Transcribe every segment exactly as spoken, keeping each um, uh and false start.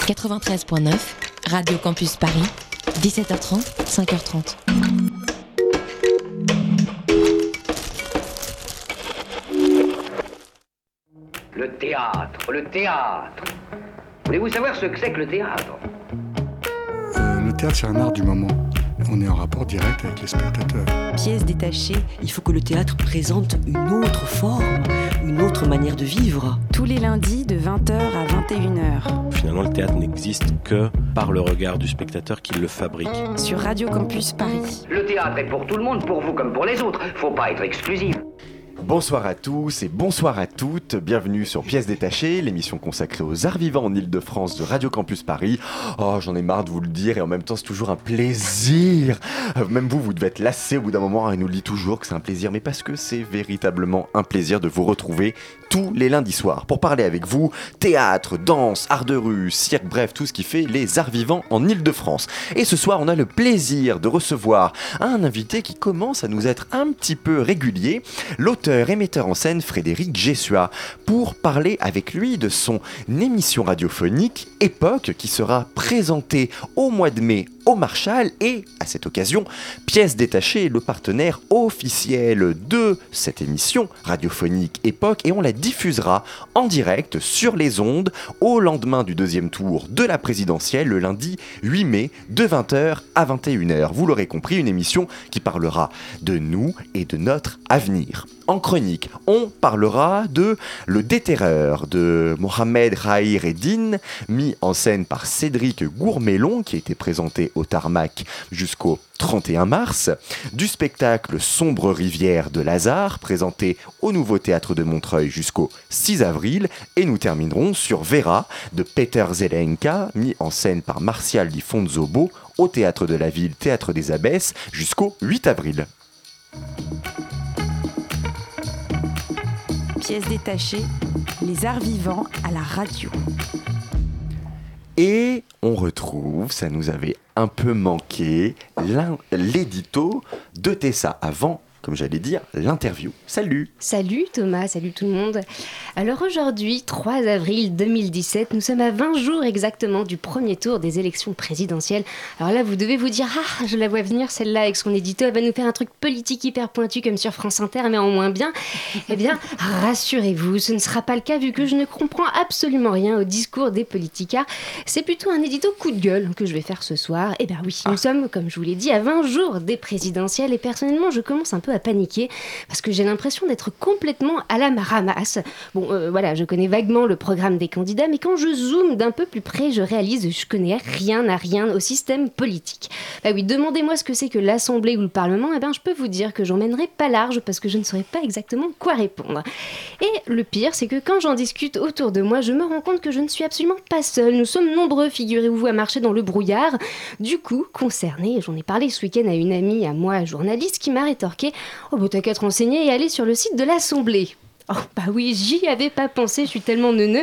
quatre-vingt-treize virgule neuf, Radio Campus Paris, dix-sept heures trente, cinq heures trente. Le théâtre, le théâtre. Voulez-vous savoir ce que c'est que le théâtre ? euh, Le théâtre, c'est un art du moment. On est en rapport direct avec les spectateurs. Pièce détachée, il faut que le théâtre présente une autre forme, une autre manière de vivre. Tous les lundis de vingt heures à vingt et une heures. Finalement, le théâtre n'existe que par le regard du spectateur qui le fabrique. Sur Radio Campus Paris. Le théâtre est pour tout le monde, pour vous comme pour les autres. Faut pas être exclusif. Bonsoir à tous et bonsoir à toutes, bienvenue sur Pièces détachées, l'émission consacrée aux arts vivants en Ile-de-France de Radio Campus Paris. Oh, j'en ai marre de vous le dire et en même temps c'est toujours un plaisir. Même vous, vous devez être lassé au bout d'un moment, et nous le dit toujours que c'est un plaisir, mais parce que c'est véritablement un plaisir de vous retrouver tous les lundis soirs pour parler avec vous théâtre, danse, art de rue, cirque, bref, tout ce qui fait les arts vivants en Ile-de-France. Et ce soir, on a le plaisir de recevoir un invité qui commence à nous être un petit peu régulier, l'auteur et metteur en scène Frédéric Gessua, pour parler avec lui de son émission radiophonique Époque qui sera présentée au mois de mai au Marchal, et à cette occasion, Pièces détachées est le partenaire officiel de cette émission radiophonique Époque, et on la diffusera en direct sur les ondes au lendemain du deuxième tour de la présidentielle le lundi huit mai de vingt heures à vingt et une heures. Vous l'aurez compris, une émission qui parlera de nous et de notre avenir. En chronique, on parlera de Le Déterreur de Mohamed Khayr Eddine, mis en scène par Cédric Gourmellon, qui a été présenté au Tarmac jusqu'au trente et un mars, du spectacle Sombre rivière de Lazare, présenté au Nouveau Théâtre de Montreuil jusqu'au six avril, et nous terminerons sur Vera de Peter Zelenka, mis en scène par Martial Di Fonzobo au Théâtre de la Ville, Théâtre des Abbesses, jusqu'au huit avril. Pièces détachées, les arts vivants à la radio. Et on retrouve, ça nous avait un peu manqué, l'édito de Tessa avant, comme j'allais dire, l'interview. Salut. Salut Thomas, salut tout le monde. Alors aujourd'hui, trois avril deux mille dix-sept, nous sommes à vingt jours exactement du premier tour des élections présidentielles. Alors là, vous devez vous dire, ah, je la vois venir celle-là avec son édito, elle va nous faire un truc politique hyper pointu comme sur France Inter, mais en moins bien. Eh bien, rassurez-vous, ce ne sera pas le cas vu que je ne comprends absolument rien au discours des politicards. C'est plutôt un édito coup de gueule que je vais faire ce soir. Eh bien oui, nous ah. sommes, comme je vous l'ai dit, à vingt jours des présidentielles, et personnellement, je commence un peu à paniquer parce que j'ai l'impression d'être complètement à la ramasse. Bon, euh, voilà, je connais vaguement le programme des candidats, mais quand je zoome d'un peu plus près, je réalise que je connais rien à rien au système politique. Bah oui, demandez-moi ce que c'est que l'Assemblée ou le Parlement, et ben je peux vous dire que j'emmènerai pas large parce que je ne saurais pas exactement quoi répondre. Et le pire, c'est que quand j'en discute autour de moi, je me rends compte que je ne suis absolument pas seule. Nous sommes nombreux, figurez-vous, à marcher dans le brouillard. Du coup, concernée, j'en ai parlé ce week-end à une amie, à moi, journaliste, qui m'a rétorqué « Oh, bah t'as qu'à te renseigner et aller sur le site de l'Assemblée ». Oh, bah oui, j'y avais pas pensé, je suis tellement neuneux.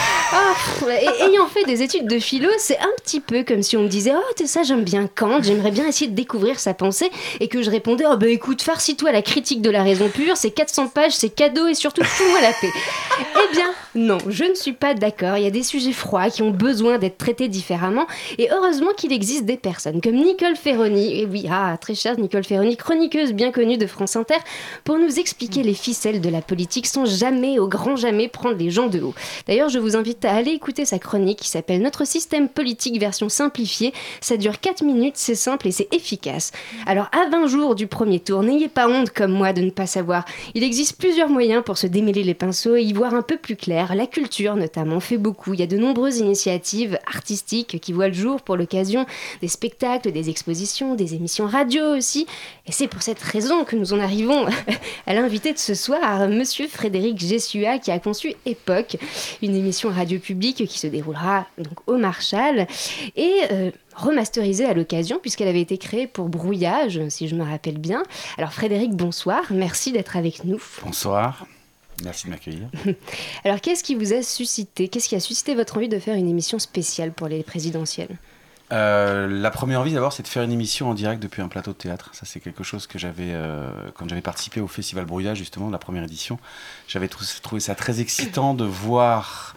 Oh, et, ayant fait des études de philo, c'est un petit peu comme si on me disait « Oh, t'es ça, j'aime bien Kant, j'aimerais bien essayer de découvrir sa pensée. » Et que je répondais « Oh, bah écoute, farcis-toi la critique de la raison pure, c'est quatre cents pages, c'est cadeau et surtout fous-moi la paix. » Eh bien, non, je ne suis pas d'accord. Il y a des sujets froids qui ont besoin d'être traités différemment. Et heureusement qu'il existe des personnes comme Nicole Ferroni, et oui, ah, très chère Nicole Ferroni, chroniqueuse bien connue de France Inter, pour nous expliquer les ficelles de la politique sans jamais, au grand jamais, prendre les gens de haut. D'ailleurs, je vous invite à aller écouter sa chronique qui s'appelle « Notre système politique version simplifiée ». Ça dure quatre minutes, c'est simple et c'est efficace. Alors, à vingt jours du premier tour, n'ayez pas honte comme moi de ne pas savoir. Il existe plusieurs moyens pour se démêler les pinceaux et y voir un peu plus clair. La culture, notamment, fait beaucoup. Il y a de nombreuses initiatives artistiques qui voient le jour pour l'occasion, des spectacles, des expositions, des émissions radio aussi. Et c'est pour cette raison que nous en arrivons à l'invité de ce soir, Monsieur Frédéric Gessua, qui a conçu Époque, une émission radio publique qui se déroulera donc au Marchal et euh, remasterisée à l'occasion puisqu'elle avait été créée pour Brouillage, si je me rappelle bien. Alors Frédéric, bonsoir, merci d'être avec nous. Bonsoir. Merci de m'accueillir. Alors qu'est-ce qui vous a suscité, qu'est-ce qui a suscité votre envie de faire une émission spéciale pour les présidentielles ? Euh, la première envie d'abord, c'est de faire une émission en direct depuis un plateau de théâtre. Ça, c'est quelque chose que j'avais, euh, quand j'avais participé au Festival Brouillage, justement, de la première édition, j'avais trou- trouvé ça très excitant de voir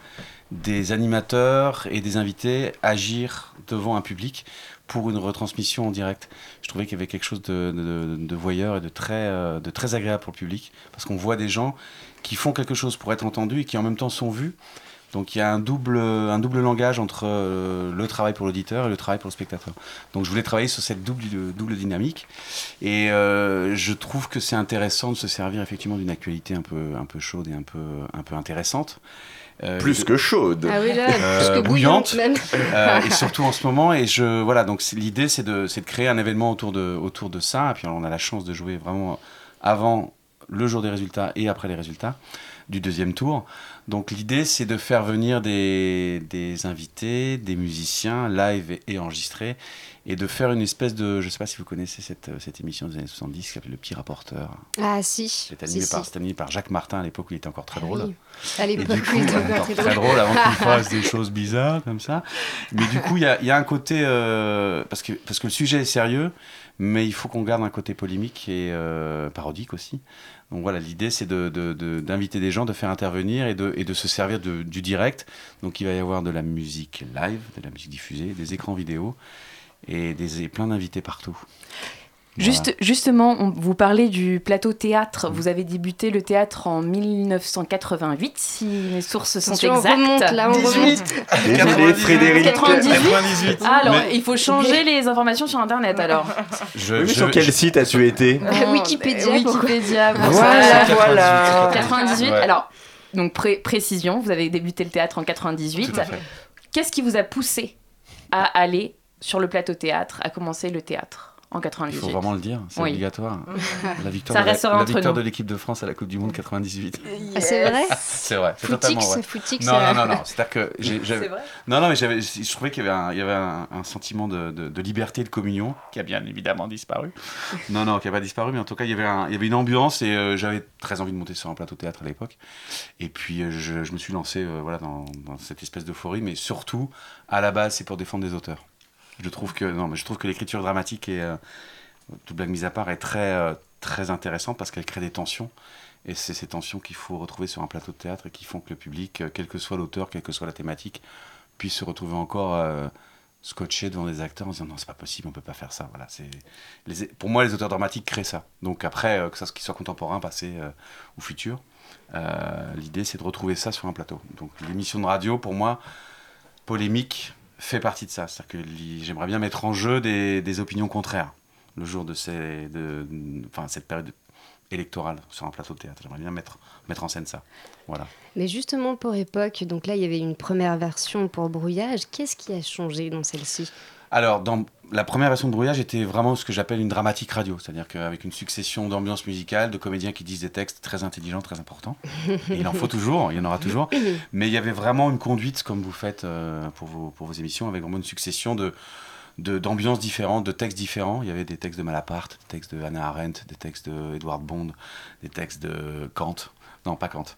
des animateurs et des invités agir devant un public pour une retransmission en direct. Je trouvais qu'il y avait quelque chose de, de, de voyeur et de très, euh, de très agréable pour le public, parce qu'on voit des gens qui font quelque chose pour être entendus et qui en même temps sont vus. Donc il y a un double, un double langage entre euh, le travail pour l'auditeur et le travail pour le spectateur. Donc je voulais travailler sur cette double, double dynamique. Et euh, je trouve que c'est intéressant de se servir effectivement d'une actualité un peu, un peu chaude et un peu, un peu intéressante. Euh, plus que chaude, ah oui, là, euh, plus que bouillante, même. euh, et surtout en ce moment. Et je voilà, donc c'est, l'idée c'est de, c'est de créer un événement autour de, autour de ça. Et puis on a la chance de jouer vraiment avant le jour des résultats et après les résultats du deuxième tour. Donc l'idée c'est de faire venir des, des invités, des musiciens live et, et enregistrés, et de faire une espèce de, je sais pas si vous connaissez cette, cette émission des années soixante-dix qui s'appelait Le Petit Rapporteur. Ah si. C'était animé, si, par, si. animé par Jacques Martin à l'époque où il était encore très drôle. Oui. À l'époque et du coup, où il était encore encore très très drôle. drôle avant qu'il fasse des choses bizarres comme ça. Mais du coup il y a, y a un côté, euh, parce, que, parce que le sujet est sérieux, mais il faut qu'on garde un côté polémique et euh, parodique aussi. Donc voilà, l'idée c'est de, de, de, d'inviter des gens, de faire intervenir et de, et de se servir de, du direct. Donc il va y avoir de la musique live, de la musique diffusée, des écrans vidéo et, des, et plein d'invités partout. Juste, voilà. Justement, on, vous parlez du plateau théâtre. Vous avez débuté le théâtre en dix-neuf cent quatre-vingt-huit, si mes sources sont Attention, exactes. On remonte, là, on remonte. Désolé, Frédéric. quatre-vingt-dix-huit. Ah, alors, mais... il faut changer les informations sur Internet, alors. Je, oui, mais je, sur quel je... site as-tu été? euh, Wikipédia. Wikipédia. Voilà, voilà. quatre-vingt-dix-huit. Ouais. Alors, donc, pré- précision, vous avez débuté le théâtre en quatre-vingt-dix-huit. Tout à fait. Qu'est-ce qui vous a poussé à aller sur le plateau théâtre, à commencer le théâtre en quatre-vingt-dix-huit? Il faut vraiment le dire, c'est oui. obligatoire. La victoire, ça de, restera la, la entre victoire nous. de l'équipe de France à la Coupe du Monde quatre-vingt-dix-huit. Yes. Ah, c'est vrai? C'est vrai, c'est Footix, totalement vrai. Footix, non, ça... non, non, non, c'est-à-dire que j'ai, j'avais... C'est vrai? Non, non, mais j'avais, je trouvais qu'il y avait un, il y avait un, un sentiment de, de, de liberté et de communion qui a bien évidemment disparu. non, non, qui n'a pas disparu, mais en tout cas, il y avait, un, il y avait une ambiance et euh, j'avais très envie de monter sur un plateau théâtre à l'époque. Et puis, euh, je, je me suis lancé euh, voilà, dans, dans cette espèce d'euphorie, mais surtout, à la base, c'est pour défendre des auteurs. Je trouve que, non, mais je trouve que l'écriture dramatique est... Euh, toute blague mise à part, est très, euh, très intéressante parce qu'elle crée des tensions. Et c'est ces tensions qu'il faut retrouver sur un plateau de théâtre et qui font que le public, euh, quel que soit l'auteur, quelle que soit la thématique, puisse se retrouver encore euh, scotché devant des acteurs en disant non, c'est pas possible, on peut pas faire ça. Voilà, c'est... Les... Pour moi, les auteurs dramatiques créent ça. Donc après, euh, que ça qu'ils soient contemporains, passé euh, ou futur, euh, l'idée c'est de retrouver ça sur un plateau. Donc l'émission de radio, pour moi, polémique, fait partie de ça. C'est-à-dire que li... j'aimerais bien mettre en jeu des, des opinions contraires. Le jour de, ces, de, de enfin, cette période électorale sur un plateau de théâtre. J'aimerais bien mettre, mettre en scène ça. Voilà. Mais justement pour époque, donc là il y avait une première version pour Brouillage. Qu'est-ce qui a changé dans celle-ci ? Alors, dans la première version de Brouillage était vraiment ce que j'appelle une dramatique radio. C'est-à-dire qu'avec une succession d'ambiances musicales, de comédiens qui disent des textes très intelligents, très importants. Et il en faut toujours, il y en aura toujours. Mais il y avait vraiment une conduite, comme vous faites euh, pour, vos, pour vos émissions, avec vraiment une succession de... De, d'ambiances différentes, de textes différents. Il y avait des textes de Malaparte, des textes de Hannah Arendt, des textes de Edward Bond, des textes de Kant. Non, pas Kant.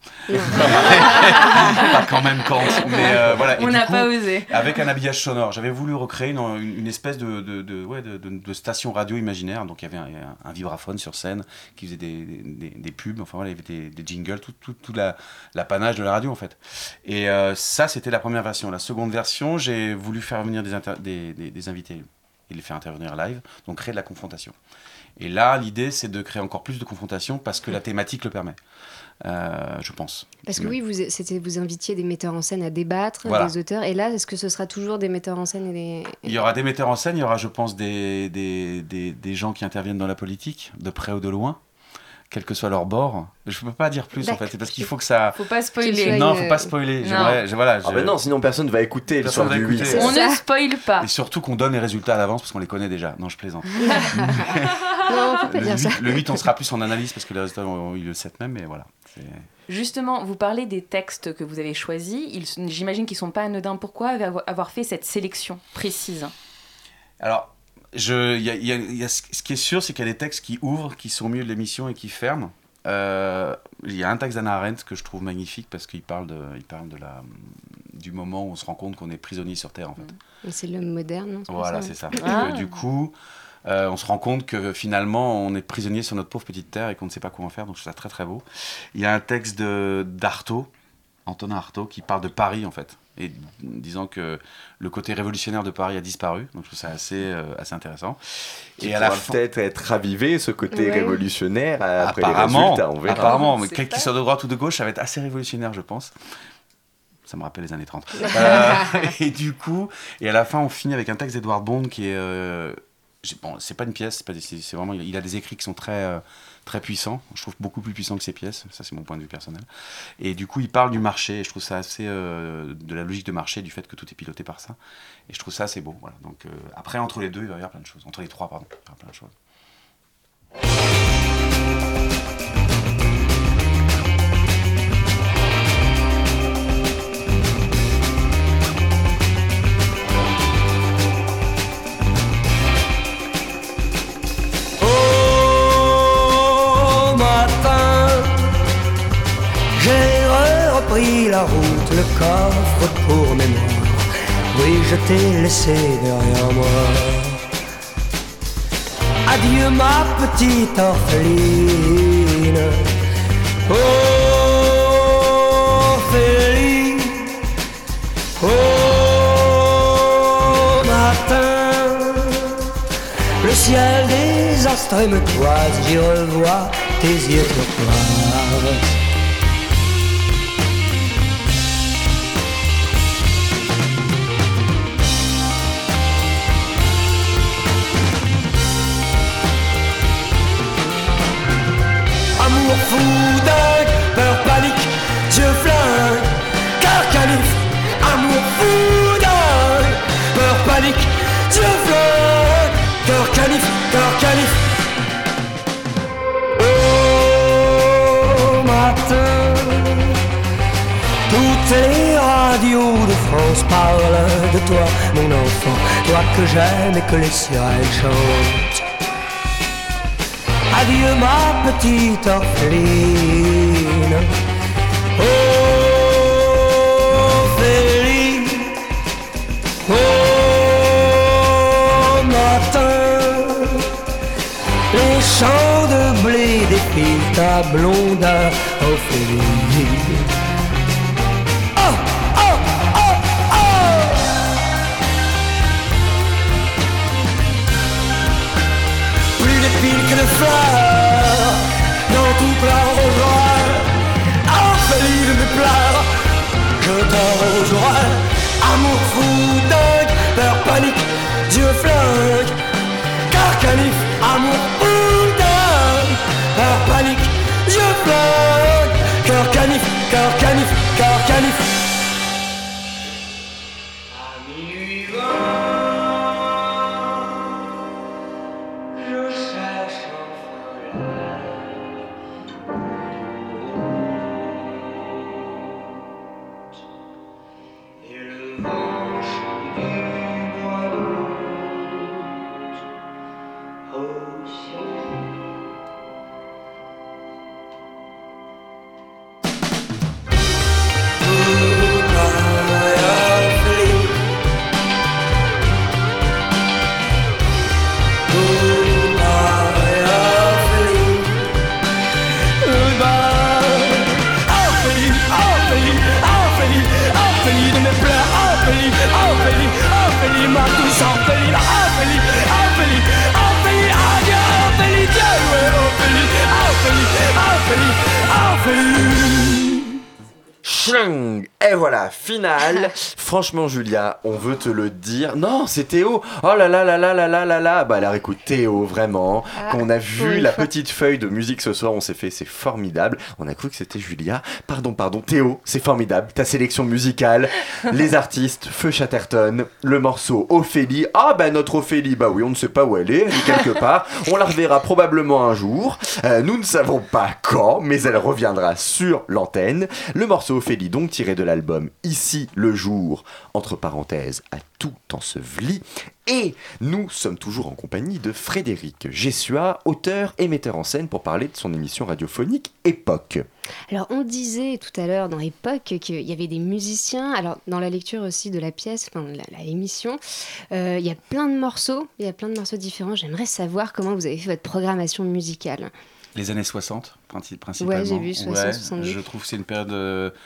Pas quand même Kant. Mais euh, voilà. Et on n'a pas osé. Avec un habillage sonore. J'avais voulu recréer une, une, une espèce de, de, de, ouais, de, de, de station radio imaginaire. Donc il y avait un, un vibraphone sur scène qui faisait des, des, des pubs. Enfin voilà, il y avait des, des jingles, tout, tout, tout la, l'apanage de la radio en fait. Et euh, ça, c'était la première version. La seconde version, j'ai voulu faire venir des, inter- des, des, des invités et les faire intervenir live. Donc créer de la confrontation. Et là, l'idée, c'est de créer encore plus de confrontation parce que la thématique le permet. Euh, je pense. Parce que Mais... oui, vous, c'était, vous invitiez des metteurs en scène à débattre, voilà. des auteurs, et là, est-ce que ce sera toujours des metteurs en scène et des... Il y aura des metteurs en scène, il y aura, je pense, des, des, des, des gens qui interviennent dans la politique, de près ou de loin, quel que soit leur bord. Je ne peux pas dire plus, D'accord. en fait, c'est parce qu'il faut que ça... Faut pas spoiler. Non, il ne faut pas spoiler. J'aimerais, je, voilà, je... Ah ben non, sinon personne ne va écouter le soir du huit. On ne spoile pas. Et surtout qu'on donne les résultats à l'avance, parce qu'on les connaît déjà. Non, je plaisante. Non, on peut pas le, dire huit, ça. Le huit, on sera plus en analyse, parce que les résultats ont eu le sept même, mais voilà. C'est... Justement, vous parlez des textes que vous avez choisis. Ils, j'imagine qu'ils ne sont pas anodins. Pourquoi avoir fait cette sélection précise ? Alors, je, y a, y a, y a, ce qui est sûr, c'est qu'il y a des textes qui ouvrent, qui sont au milieu de l'émission et qui ferment. Euh, il y a un texte d'Hannah Arendt que je trouve magnifique parce qu'il parle, de, il parle de la, du moment où on se rend compte qu'on est prisonnier sur Terre, en fait. C'est l'homme moderne, non ? C'est voilà, ça, c'est ça. Ah. Et que, du coup... Euh, on se rend compte que finalement on est prisonnier sur notre pauvre petite terre et qu'on ne sait pas quoi en faire, donc je trouve ça très très beau. Il y a un texte de, d'Artaud, Antonin Artaud, qui parle de Paris en fait, et disant que le côté révolutionnaire de Paris a disparu. Donc je trouve ça assez, euh, assez intéressant. Qui et à la pourra fin, peut-être être ravivé, ce côté Ouais. révolutionnaire après les apparemment, résultats, on verra. apparemment, mais C'est quel pas- qu'il soit de droite ou de gauche, ça va être assez révolutionnaire, je pense. Ça me rappelle les années trente. Euh, et du coup, et à la fin, on finit avec un texte d'Edward Bond qui est. Euh, j'ai- bon, c'est pas une pièce, c'est, pas des- c'est, c'est vraiment. Il a des écrits qui sont très, euh, très puissants. Je trouve beaucoup plus puissants que ses pièces. Ça, c'est mon point de vue personnel. Et du coup, il parle du marché. Et je trouve ça assez. Euh, de la logique de marché, du fait que tout est piloté par ça. Et je trouve ça assez beau. Voilà. Donc, euh, après, entre les deux, il va y avoir plein de choses. Entre les trois, pardon, il va y avoir plein de choses. Au matin, j'ai repris la route, le coffre pour mémoire. Oui, je t'ai laissé derrière moi. Adieu ma petite orpheline. Ophélie. Au matin, le ciel désastré me toise, j'y revois tes yeux turquoise. Amour fou dingue, peur panique, yeux flingue, cœur canif. Amour fou dingue, peur panique, yeux flingue, cœur canif, cœur canif. Au matin, toutes les radios de France parlent de toi, mon enfant, toi que j'aime et que les sirènes chantent. Adieu ma petite orpheline. Ophélie. Au matin, les champs de blé défilent ta blonde Ophélie. Oh, oh, oh, oh. Plus de piles que de fleurs dans toute la roseraie. Ophélie de mes pleurs, je t'arroserai. Amour fou dingue, peur panique, Dieu flingue, cœur canif. Amour fou dingue, peur panique, Dieu flingue, cœur canif, cœur canif, cœur canif. Et voilà, finale. Franchement, Julia, on veut te le dire. Non, c'est Théo. Oh là là là là là là là là. Bah alors écoute, Théo, vraiment, Ah, qu'on a vu oui. la petite feuille de musique ce soir, on s'est fait, c'est formidable. On a cru que c'était Julia. Pardon, pardon, Théo, c'est formidable. Ta sélection musicale, les artistes, Feu Chatterton, le morceau Ophélie. Ah bah notre Ophélie, bah oui, on ne sait pas où elle est, elle est quelque part. On la reverra probablement un jour. Euh, nous ne savons pas quand, mais elle reviendra sur l'antenne. Le morceau Ophélie, donc tiré de l'album Ici le jour, entre parenthèses, à tout enseveli. Et nous sommes toujours en compagnie de Frédéric Gessua, auteur et metteur en scène, pour parler de son émission radiophonique Époque. Alors, on disait tout à l'heure dans Époque qu'il y avait des musiciens. Alors, dans la lecture aussi de la pièce, enfin, la, la émission, euh, il y a plein de morceaux. Il y a plein de morceaux différents. J'aimerais savoir comment vous avez fait votre programmation musicale. Les années soixante, principalement. Ouais, j'ai vu, soixante, soixante-dix. Je trouve que c'est une période euh,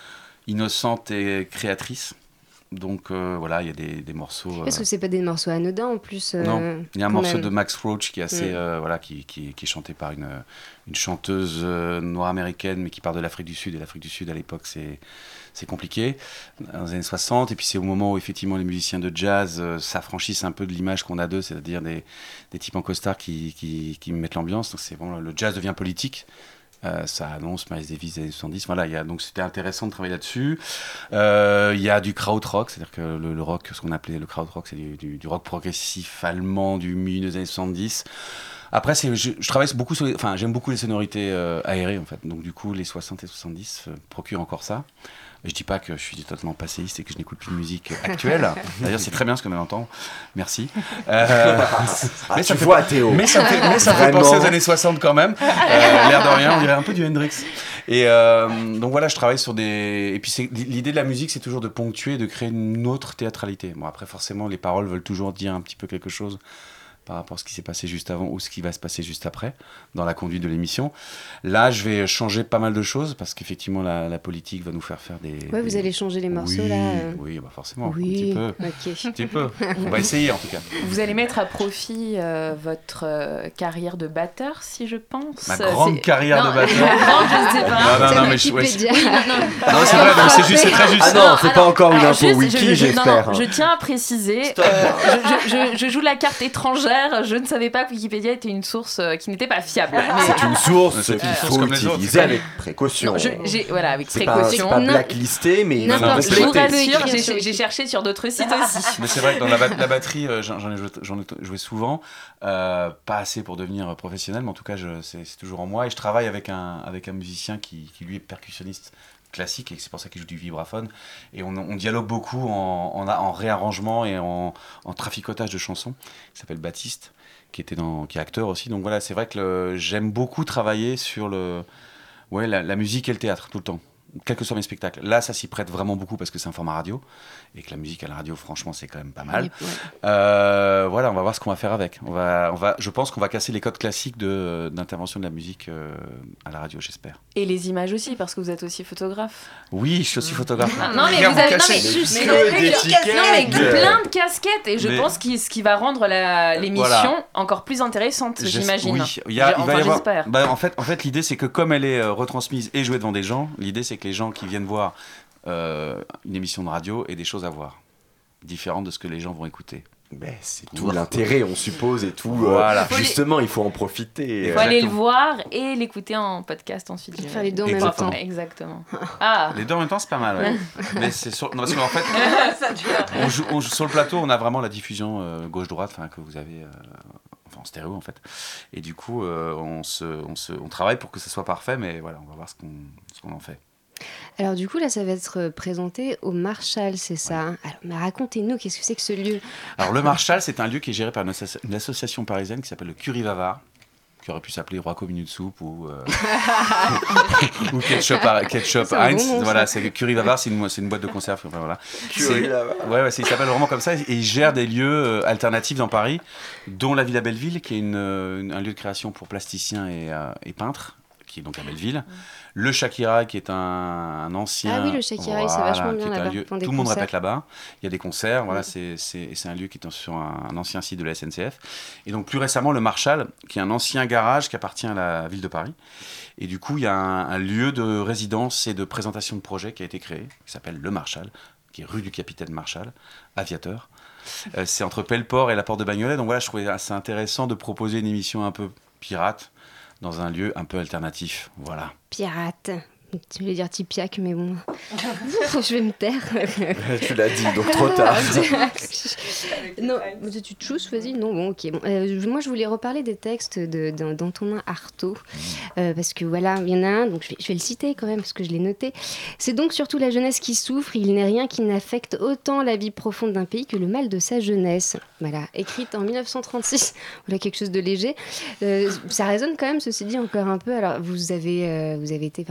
innocente et créatrice. Donc euh, voilà, il y a des, des morceaux. Euh... Parce que c'est pas des morceaux anodins en plus. Euh, non, il y a un morceau même. de Max Roach qui est assez, mm. euh, voilà, qui, qui, qui est chanté par une, une chanteuse euh, noire américaine, mais qui part de l'Afrique du Sud. Et l'Afrique du Sud à l'époque, c'est c'est compliqué dans les années soixante. Et puis c'est au moment où effectivement les musiciens de jazz euh, s'affranchissent un peu de l'image qu'on a d'eux, c'est-à-dire des, des types en costard qui, qui, qui mettent l'ambiance. Donc c'est vraiment le jazz devient politique. Euh, ça annonce Miles Davis des années soixante-dix. Voilà, y a, donc c'était intéressant de travailler là-dessus. Il euh, y a du krautrock, c'est-à-dire que le, le rock, ce qu'on appelait le krautrock, c'est du, du, du rock progressif allemand du milieu des années soixante-dix. Après, c'est, je, je travaille beaucoup sur les, enfin, j'aime beaucoup les sonorités euh, aérées, en fait. Donc, du coup, les soixante et soixante-dix euh, procurent encore ça. Je dis pas que je suis totalement passéiste et que je n'écoute plus de musique actuelle. D'ailleurs, c'est très bien ce que l'on entend. Merci. Euh, ah, mais tu ça fait vois, pas, Théo. Mais ça, fait, mais ça fait penser aux années soixante quand même. Euh, l'air de rien, on dirait un peu du Hendrix. Et euh, donc voilà, je travaille sur des... Et puis c'est... l'idée de la musique, c'est toujours de ponctuer, de créer une autre théâtralité. Bon, après, forcément, les paroles veulent toujours dire un petit peu quelque chose par rapport à ce qui s'est passé juste avant ou ce qui va se passer juste après dans la conduite de l'émission. Là, je vais changer pas mal de choses parce qu'effectivement, la, la politique va nous faire faire des... Ouais, des... vous allez changer les morceaux, oui, là euh... Oui, bah forcément, oui. un petit peu. Okay. Un petit peu. On va essayer, en tout cas. Vous allez mettre à profit euh, votre euh, carrière de batteur, si je pense. Ma grande c'est... carrière non, de batteur. grande, je sais pas. Non, non, non, mais je... ouais, c'est... Oui, non, non. non, c'est vrai, donc c'est, juste, c'est très juste. Ah non, c'est pas encore une alors, info juste, wiki, je, je, j'espère. Non, non, je tiens à préciser, euh, je, je, je joue la carte étrangère, je ne savais pas que Wikipédia était une source euh, qui n'était pas fiable. Mais... C'est une source c'est qu'il une faut source utiliser avec précaution. Non, je, j'ai, voilà, avec c'est précaution. Pas, c'est pas blacklisté, mais non, non, je vous rassure, j'ai, j'ai, j'ai cherché sur d'autres sites aussi. Mais c'est vrai que dans la, la batterie, euh, j'en, ai joué, j'en ai joué souvent, euh, pas assez pour devenir professionnel, mais en tout cas, je, c'est, c'est toujours en moi. Et je travaille avec un, avec un musicien qui, qui, lui, est percussionniste classique, et c'est pour ça qu'il joue du vibraphone. Et on, on dialogue beaucoup en, en, en réarrangement et en, en traficotage de chansons. Il s'appelle Baptiste, qui était dans, qui est acteur aussi. Donc voilà, c'est vrai que le, j'aime beaucoup travailler sur le, ouais, la, la musique et le théâtre tout le temps, quels que soient mes spectacles. Là, ça s'y prête vraiment beaucoup parce que c'est un format radio et que la musique à la radio, franchement, c'est quand même pas mal. Ouais. Euh, voilà, on va voir ce qu'on va faire avec. On va, on va, je pense qu'on va casser les codes classiques de, d'intervention de la musique euh, à la radio, j'espère. Et les images aussi, parce que vous êtes aussi photographe. Oui, je suis aussi photographe. Ah, non, mais vous avez non, mais, juste mais, mais, non, mais plein de casquettes. Et je mais... pense que ce qui va rendre la, l'émission voilà. encore plus intéressante, J'es... j'imagine. Oui, il, y a, il enfin, va y avoir... j'espère. Bah, en, fait, en fait, l'idée, c'est que comme elle est euh, retransmise et jouée devant des gens, l'idée, c'est que les gens qui viennent voir euh, une émission de radio aient des choses à voir, différentes de ce que les gens vont écouter. Mais c'est tout ouais. l'intérêt, on suppose, et tout. Voilà. Euh, justement, il faut en profiter. Il faut aller le voir et l'écouter en podcast ensuite. Il faut faire les deux en même temps. Exactement. Ah. Les deux en même temps, c'est pas mal. Ouais. Mais c'est sur... non, parce qu'en fait, on joue, on joue, sur le plateau, on a vraiment la diffusion euh, gauche-droite, que vous avez euh, enfin, en stéréo, en fait. Et du coup, euh, on, se, on, se, on travaille pour que ça soit parfait, mais voilà, on va voir ce qu'on, ce qu'on en fait. Alors du coup, là, ça va être présenté au Marshall, c'est ça. Ouais. Alors, mais racontez-nous, qu'est-ce que c'est que ce lieu ? Alors le Marshall, c'est un lieu qui est géré par une, associ- une association parisienne qui s'appelle le Curie Vavard, qui aurait pu s'appeler Rocco Minute Soup ou, euh, ou Ketchup, ketchup c'est Heinz. Bon, voilà, c'est Curie Vavard, c'est une, c'est une boîte de conserve. Enfin, voilà. Curie Vavard. Ouais, ouais, c'est, il s'appelle vraiment comme ça et il gère des lieux euh, alternatifs dans Paris, dont la Villa Belleville, qui est une, une, un lieu de création pour plasticiens et, euh, et peintres, qui est donc à Belleville. Mmh. Le Shakira, qui est un, un ancien... Ah oui, le Shakira, voilà, c'est vachement bien là-bas. Lieu, tout le monde répète là-bas. Il y a des concerts, voilà, mmh. c'est, c'est, c'est un lieu qui est sur un, un ancien site de la S N C F. Et donc plus récemment, le Marshall, qui est un ancien garage qui appartient à la ville de Paris. Et du coup, il y a un, un lieu de résidence et de présentation de projets qui a été créé, qui s'appelle le Marshall, qui est rue du Capitaine Marshall, aviateur. Euh, c'est entre Pelleport et la Porte de Bagnolet. Donc voilà, je trouvais assez intéressant de proposer une émission un peu pirate, dans un lieu un peu alternatif, voilà. Pirate. Tu voulais dire Tipiac, mais bon, je vais me taire. Tu l'as dit, donc trop tard. Non, tu te chousses, vas-y. Non, bon, ok. Bon, euh, moi, je voulais reparler des textes de, de, d'Antonin Artaud, euh, parce que voilà, il y en a un, donc je vais, je vais le citer quand même, parce que je l'ai noté. C'est donc surtout la jeunesse qui souffre, il n'est rien qui n'affecte autant la vie profonde d'un pays que le mal de sa jeunesse. Voilà, écrite en dix-neuf cent trente-six, voilà quelque chose de léger. Euh, ça résonne quand même, ceci dit, encore un peu. Alors, vous avez, euh, vous avez été enseignant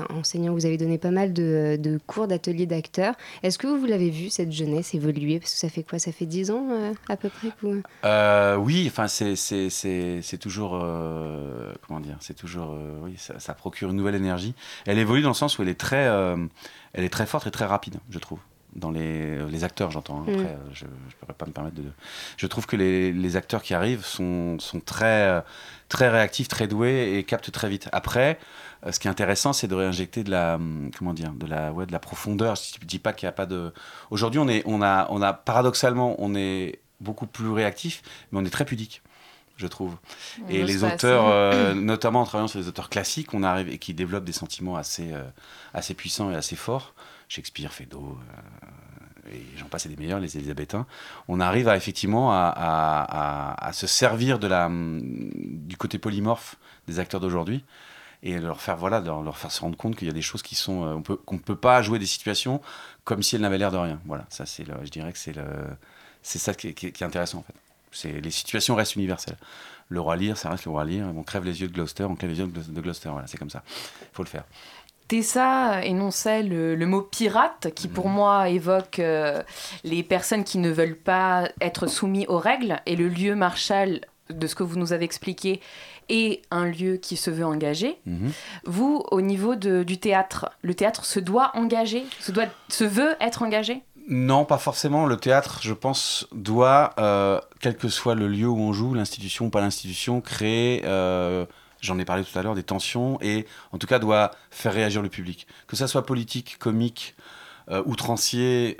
Florian, vous avez donné pas mal de, de cours, d'ateliers d'acteurs. Est-ce que vous l'avez vu, cette jeunesse évoluer? Parce que ça fait quoi? Ça fait dix ans euh, à peu près que vous... euh, Oui, enfin, c'est, c'est, c'est, c'est toujours... Euh, comment dire? C'est toujours... Euh, oui, ça, ça procure une nouvelle énergie. Elle évolue dans le sens où elle est très, euh, elle est très forte et très rapide, je trouve. Dans les, les acteurs, j'entends. Après, mmh. je ne pourrais pas me permettre de... Je trouve que les, les acteurs qui arrivent sont, sont très, très réactifs, très doués et captent très vite. Après, ce qui est intéressant, c'est de réinjecter de la, comment dire, de la, ouais, de la profondeur. Je ne dis pas qu'il n'y a pas de... Aujourd'hui, on, est, on, a, on a, paradoxalement, on est beaucoup plus réactif, mais on est très pudique, je trouve. On et les auteurs, euh, notamment en travaillant sur les auteurs classiques, on arrive, et qui développent des sentiments assez, euh, assez puissants et assez forts, Shakespeare, Feydeau, euh, et j'en passe, et des meilleurs, les Élisabéthains, on arrive à, effectivement à, à, à, à se servir de la, du côté polymorphe des acteurs d'aujourd'hui et leur faire, voilà, leur, leur faire se rendre compte qu'il y a des choses qui sont... Euh, on peut, qu'on ne peut pas jouer des situations comme si elles n'avaient l'air de rien. Voilà, ça, c'est le, je dirais que c'est, le, c'est ça qui est, qui, est, qui est intéressant, en fait. C'est, les situations restent universelles. Le roi Lear, ça reste le roi Lear. On crève les yeux de Gloucester, on crève les yeux de Gloucester. Voilà, c'est comme ça. Il faut le faire. Tessa énonçait le, le mot pirate, qui pour mmh. moi évoque euh, les personnes qui ne veulent pas être soumis aux règles, et le lieu Marshall, de ce que vous nous avez expliqué, est un lieu qui se veut engagé. Mmh. Vous, au niveau de, du théâtre, le théâtre se doit engager, se, doit, se veut être engagé? Non, pas forcément. Le théâtre, je pense, doit, euh, quel que soit le lieu où on joue, l'institution ou pas l'institution, créer... Euh, j'en ai parlé tout à l'heure, des tensions, et en tout cas doit faire réagir le public. Que ça soit politique, comique, euh, outrancier,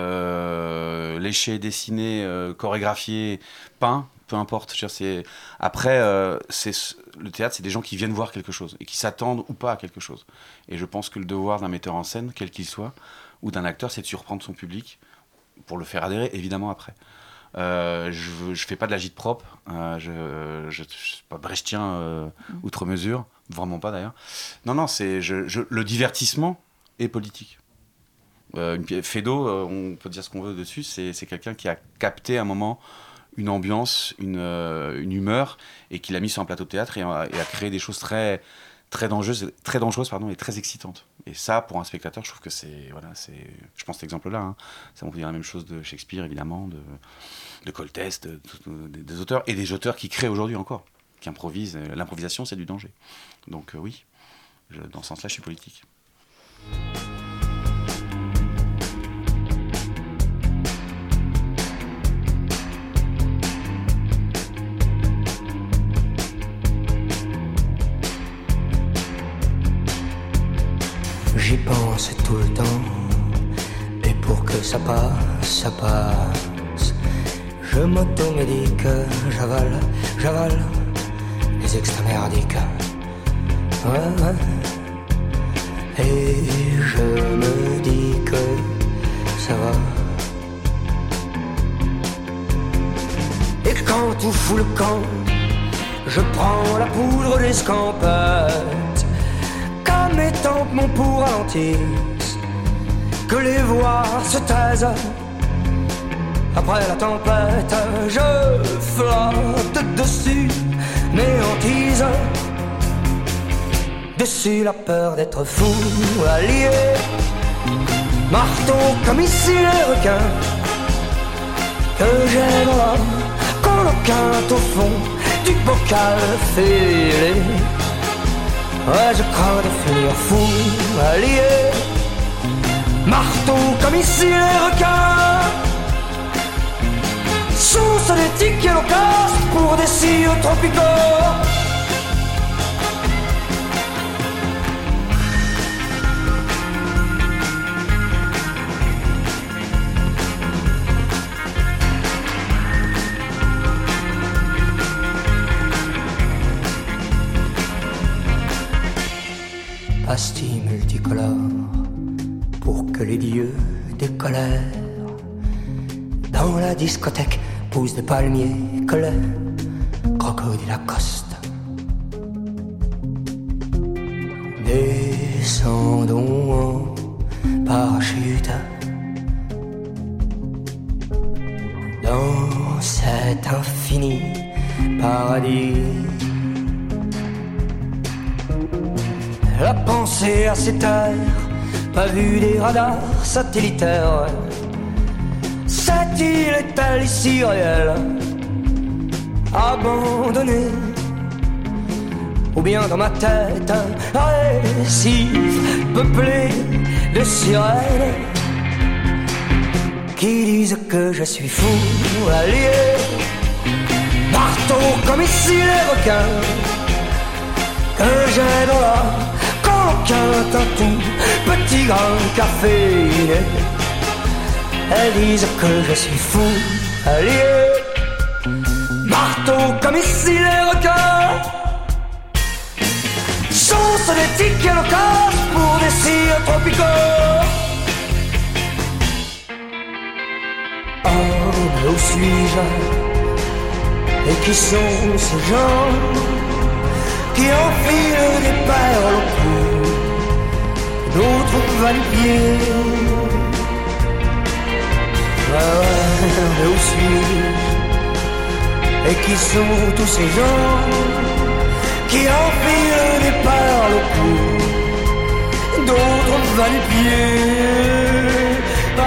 euh, léché, dessiné, euh, chorégraphié, peint, peu importe. Je veux dire, c'est... Après, euh, c'est... le théâtre, c'est des gens qui viennent voir quelque chose, et qui s'attendent ou pas à quelque chose. Et je pense que le devoir d'un metteur en scène, quel qu'il soit, ou d'un acteur, c'est de surprendre son public, pour le faire adhérer, évidemment, après. Euh, je ne fais pas de l'agite-propre, euh, je ne suis pas brechtien euh, mmh. outre mesure, vraiment pas d'ailleurs. Non, non, c'est, je, je, le divertissement est politique. Euh, une, Feydeau, euh, on peut dire ce qu'on veut dessus, c'est, c'est quelqu'un qui a capté à un moment une ambiance, une, euh, une humeur, et qui l'a mis sur un plateau de théâtre et a, et a créé des choses très, très dangereuses, très dangereuses pardon, et très excitantes. Et ça, pour un spectateur, je trouve que c'est... Voilà, c'est je pense cet exemple-là, hein, ça on peut dire la même chose de Shakespeare, évidemment, de, de Coltès, de, de, de, des auteurs, et des auteurs qui créent aujourd'hui encore, qui improvisent. L'improvisation, c'est du danger. Donc euh, oui, je, dans ce sens-là, je suis politique. J'y pense tout le temps, et pour que ça passe, ça passe, je m'automédique, j'avale, j'avale les extra merdiques. Ouais, ouais. Et je me dis que ça va. Et quand tout fout le camp, je prends la poudre d'escampette, comme étant mon pour ralentisse, que les voix se taisent. Après la tempête, je flotte dessus mes hantises, dessus la peur d'être fou, allié, marteau comme ici les requins, que j'ai dans l'âme, coloquinte au fond du bocal fêlé. Ouais, je crains de finir fou, allié, marteau comme ici les requins, source d'éthique et loquace pour des cires tropicaux. Pastilles multicolores pour que les dieux décolèrent. Dans la discothèque poussent des palmiers colères, crocodile Lacoste. Descendons en parachute dans cet infini paradis. la pensée à ses terres, pas vu des radars satellitaires. Cette île est-elle ici réelle, abandonnée, ou bien dans ma tête un récif peuplé de sirènes qui disent que je suis fou, allié, marteau comme ici les requins, que j'ai dans la coquin un tout petit grain caféiné. Elles disent que je suis fou, allié, marteau comme ici les requins. Sauce des tickets locaux pour des cires tropicaux. Oh, mais où suis-je? Et qui sont ces gens qui enfilent des perles au cou, d'autres va-les-pieds? Ouais, ouais, mais où suis-je? Et qui sont tous ces gens qui enfilent des perles au cou, d'autres va-les-pieds?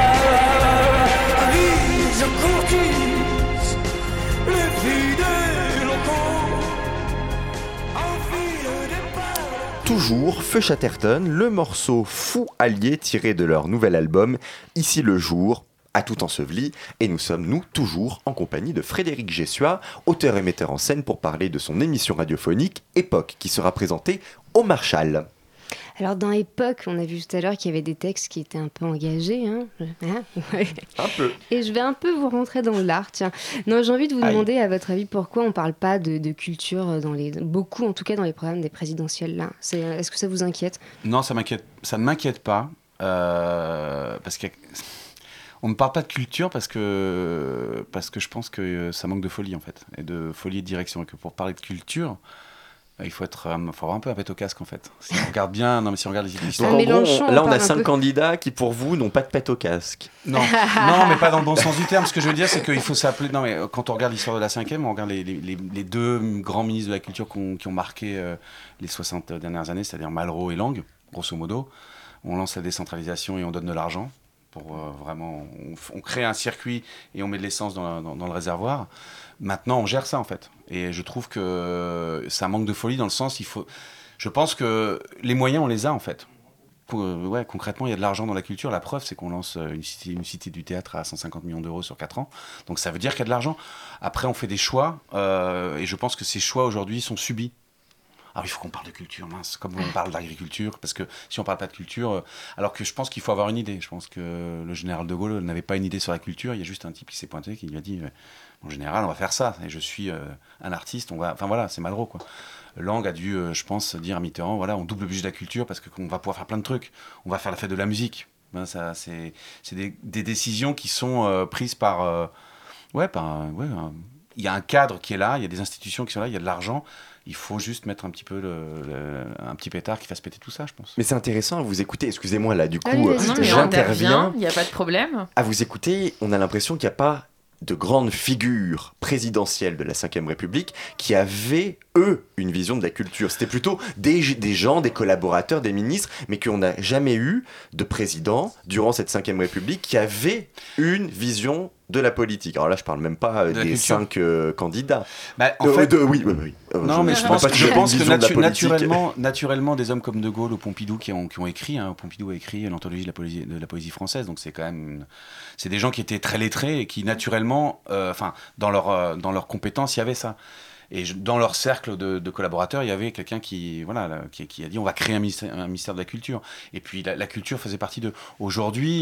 Avise, courtise, les filles des locaux enfilent des perles. Toujours Feu Chatterton, le morceau Fou Allié tiré de leur nouvel album Ici le jour, à tout enseveli, et nous sommes, nous, toujours en compagnie de Frédéric Gessua, auteur et metteur en scène, pour parler de son émission radiophonique Époque, qui sera présentée au Marshall. Alors dans Époque, on a vu tout à l'heure qu'il y avait des textes qui étaient un peu engagés. Hein hein ouais. Un peu. Et je vais un peu vous rentrer dans l'art. Tiens. Non, j'ai envie de vous Aïe. demander, à votre avis, pourquoi on ne parle pas de, de culture dans les, beaucoup, en tout cas dans les programmes des présidentielles là. C'est, est-ce que ça vous inquiète? Non, ça m'inquiète. Ça ne m'inquiète pas euh, parce que on ne parle pas de culture parce que parce que je pense que ça manque de folie en fait, et de folie et de direction, et que pour parler de culture, il faut être, faut avoir un peu un pet au casque en fait. Si on regarde bien, non mais si on regarde les histoires. Donc, en gros, on- là, on a un cinq peu. candidats qui, pour vous, n'ont pas de pète au casque. Non, non, mais pas dans le bon sens du terme. Ce que je veux dire, c'est qu'il faut s'appeler. Non, mais quand on regarde l'histoire de la cinquième, on regarde les, les, les- les deux grands ministres de la culture qui ont, qui ont marqué euh, les soixante dernières années, c'est-à-dire Malraux et Lang, grosso modo. On lance la décentralisation et on donne de l'argent pour euh, vraiment. On, on crée un circuit et on met de l'essence dans, dans, dans le réservoir. Maintenant, on gère ça en fait. Et je trouve que ça manque de folie dans le sens, il faut. Je pense que les moyens, on les a en fait. Euh, ouais, concrètement, il y a de l'argent dans la culture. La preuve, c'est qu'on lance une cité, une cité du théâtre à cent cinquante millions d'euros sur quatre ans. Donc ça veut dire qu'il y a de l'argent. Après, on fait des choix, euh, et je pense que ces choix aujourd'hui sont subis. Alors il faut qu'on parle de culture, mince, comme on parle d'agriculture, parce que si on parle pas de culture, euh, alors que je pense qu'il faut avoir une idée. Je pense que le général de Gaulle n'avait pas une idée sur la culture. Il y a juste un type qui s'est pointé, qui lui a dit, euh, en général, on va faire ça. Et je suis euh, un artiste. On va, enfin voilà, c'est Malraux quoi. Lang a dû, euh, je pense, dire à Mitterrand, voilà, on double le budget de la culture parce qu'on va pouvoir faire plein de trucs. On va faire la fête de la musique. Ben, ça, c'est, c'est des, des décisions qui sont euh, prises par, euh, ouais, par, euh, ouais, un- il y a un cadre qui est là, il y a des institutions qui sont là, il y a de l'argent. Il faut juste mettre un petit peu le, le- un petit pétard qui fasse péter tout ça, je pense. Mais c'est intéressant à vous écouter. Excusez-moi, là, du coup, Allez, euh, vas-y. Non, mais on j'interviens. intervient, il n'y a pas de problème. À vous écouter, on a l'impression qu'il n'y a pas de grandes figures présidentielles de la cinquième République qui avaient, eux, une vision de la culture. C'était plutôt des, des gens, des collaborateurs, des ministres, mais qu'on n'a jamais eu de président durant cette cinquième République qui avait une vision de la politique. Alors là, je parle même pas euh, De la des culture. cinq euh, candidats. Bah, en Euh, fait, de- oui, oui, oui. Euh, non, mais je parle pense, pas je qu'ils avaient pense une que vision de la natu- politique. naturellement, naturellement, des hommes comme De Gaulle ou Pompidou qui ont, qui ont écrit, hein, Pompidou a écrit l'anthologie de la poésie, de la poésie française, donc c'est quand même, une- c'est des gens qui étaient très lettrés et qui naturellement, euh, enfin, dans leur, euh, dans leurs compétences, il y avait ça. Et je- dans leur cercle de, de collaborateurs, il y avait quelqu'un qui, voilà, là, qui, qui a dit on va créer un ministère, un ministère de la culture. Et puis la, la culture faisait partie de. Aujourd'hui,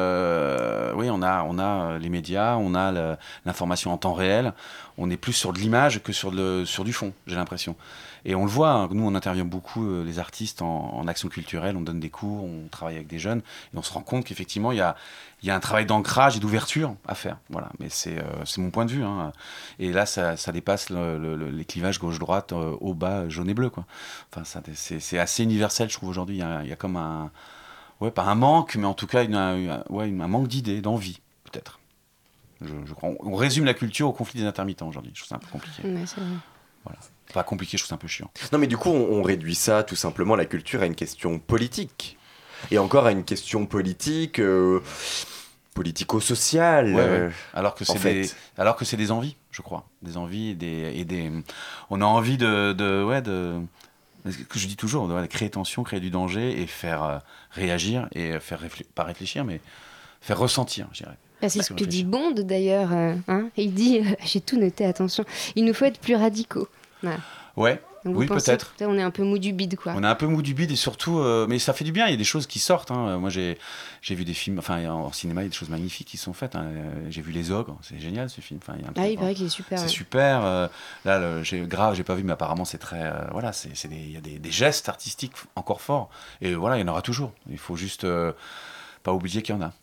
euh, oui, on a, on a les médias, on a le- l'information en temps réel. On est plus sur de l'image que sur, le, sur du fond, j'ai l'impression. Et on le voit, hein, nous on intervient beaucoup euh, les artistes en, en action culturelle, on donne des cours, on travaille avec des jeunes, et on se rend compte qu'effectivement il y a, il y a un travail d'ancrage et d'ouverture à faire. Voilà. Mais c'est, euh, c'est mon point de vue. Hein. Et là, ça, ça dépasse le, le, le- les clivages gauche-droite, euh, haut, bas, jaune et bleu. Quoi. Enfin, ça, c'est, c'est assez universel, je trouve, aujourd'hui. Il y a, il y a comme un... Ouais, pas un manque, mais en tout cas une, un, ouais, une- un manque d'idées, d'envie, peut-être. Je, je crois. On, on résume la culture au conflit des intermittents aujourd'hui. Je trouve ça un peu compliqué. Ouais, c'est vrai. Voilà. Pas compliqué, je trouve ça un peu chiant. Non, mais du coup, on, on réduit ça tout simplement, la culture, à une question politique. Et encore à une question politique, euh, politico-sociale. Ouais, euh, ouais. Alors que c'est en fait. des, alors que c'est des envies, je crois, des envies et des, et des, on a envie de, de, ouais, de, que je dis toujours, de, ouais, de créer tension, créer du danger et faire euh, réagir et faire réfl- pas réfléchir, mais faire ressentir, je dirais. Bah, c'est ce que dit Bond d'ailleurs. Euh, hein il dit, euh, j'ai tout noté, attention, il nous faut être plus radicaux. Voilà. Ouais. Donc, Oui, vous pensez peut-être. que, on est un peu mou du bide, quoi. On est un peu mou du bide et surtout, euh, mais ça fait du bien. Il y a des choses qui sortent. Hein. Moi, j'ai, j'ai vu des films, enfin, en cinéma, il y a des choses magnifiques qui sont faites. Hein. J'ai vu Les Ogres, c'est génial ce film. Enfin, il y a un Ah, truc, il paraît qu'il est super. c'est ouais. super. euh, là, le, j'ai, grave, j'ai pas vu, mais apparemment, c'est très. Euh, voilà, c'est, c'est des, il y a des, des gestes artistiques encore forts. Et voilà, il y en aura toujours. Il faut juste euh, pas oublier qu'il y en a.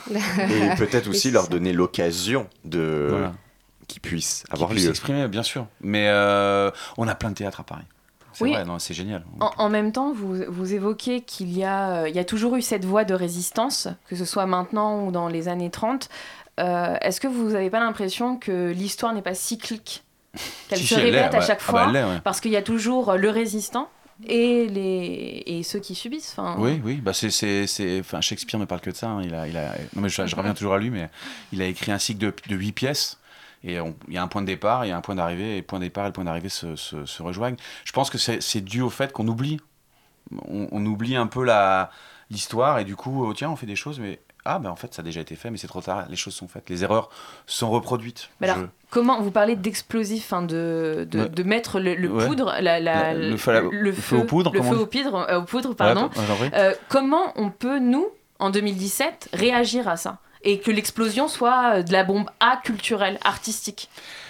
Et peut-être aussi Et leur ça. donner l'occasion de Voilà. qu'ils puissent Qui avoir puissent lieu. s'exprimer, bien sûr. Mais euh, on a plein de théâtres à Paris. C'est Oui. vrai, non, c'est génial. En, en même temps, vous, vous évoquez qu'il y a, euh, il y a toujours eu cette voie de résistance, que ce soit maintenant ou dans les années trente. Euh, est-ce que vous n'avez pas l'impression que l'histoire n'est pas cyclique, qu'elle Si, se si, elle répète l'est, à ouais. chaque Ah fois, bah, elle l'est, ouais. parce qu'il y a toujours le résistant et, les, et ceux qui subissent. Enfin, Oui, oui, bah c'est, c'est, c'est, enfin, Shakespeare ne parle que de ça. Hein. Il a, il a, non mais je, je reviens toujours à lui, mais il a écrit un cycle de, de huit pièces. Et on- il y a un point de départ, il y a un point d'arrivée, et le point de départ et le point d'arrivée se, se, se rejoignent. Je pense que c'est, c'est dû au fait qu'on oublie. On, on oublie un peu la, l'histoire, et du coup, oh, tiens, on fait des choses, mais ah, ben en fait, ça a déjà été fait, mais c'est trop tard, les choses sont faites, les erreurs sont reproduites. Mais alors, Je- comment vous parlez d'explosif, hein, de, de, Ouais. de mettre le, le Ouais. poudre, la, la- La- le feu à la- le feu aux poudres, le comment feu on aux dit poudres, euh, aux poudres, pardon. Ouais, j'en prie. Euh, comment on peut, nous, en deux mille dix-sept, réagir à ça et que l'explosion soit de la bombe A culturelle, artistique?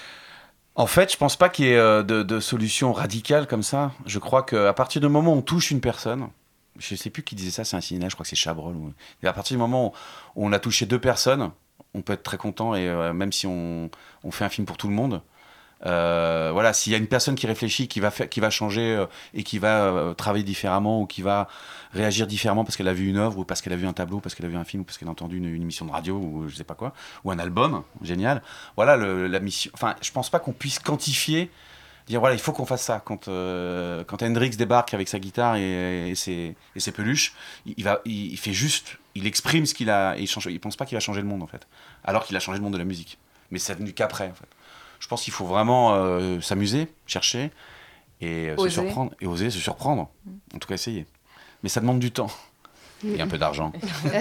En fait, je pense pas qu'il y ait euh, de, de solution radicale comme ça. Je crois qu'à partir du moment où on touche une personne, je sais plus qui disait ça, c'est un cinéaste, je crois que c'est Chabrol. Ou... Et à partir du moment où, où on a touché deux personnes, on peut être très content, et euh, même si on, on fait un film pour tout le monde, euh, voilà, s'il y a une personne qui réfléchit, qui va, faire, qui va changer euh, et qui va euh, travailler différemment ou qui va réagir différemment parce qu'elle a vu une œuvre ou parce qu'elle a vu un tableau, parce qu'elle a vu un film ou parce qu'elle a entendu une, une émission de radio ou je sais pas quoi, ou un album, génial. Voilà, le, la mission. Enfin, je pense pas qu'on puisse quantifier, dire voilà, il faut qu'on fasse ça. Quand, euh, quand Hendrix débarque avec sa guitare et, et, ses, et ses peluches, il, il, va, il, il fait juste, il exprime ce qu'il a, et il, change, il pense pas qu'il va changer le monde en fait, alors qu'il a changé le monde de la musique. Mais c'est venu qu'après en fait. Je pense qu'il faut vraiment euh, s'amuser, chercher et euh, se Oser. surprendre, et oser se surprendre. En tout cas, essayer. Mais ça demande du temps et un peu d'argent.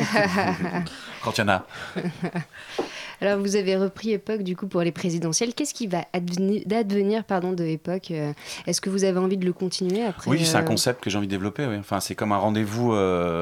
Quand il y en a. Alors, vous avez repris Époque, du coup, pour les présidentielles. Qu'est-ce qui va advenir, advenir pardon, de Époque euh, Est-ce que vous avez envie de le continuer après Oui, c'est un euh, concept que j'ai envie de développer. Oui. Enfin, c'est comme un rendez-vous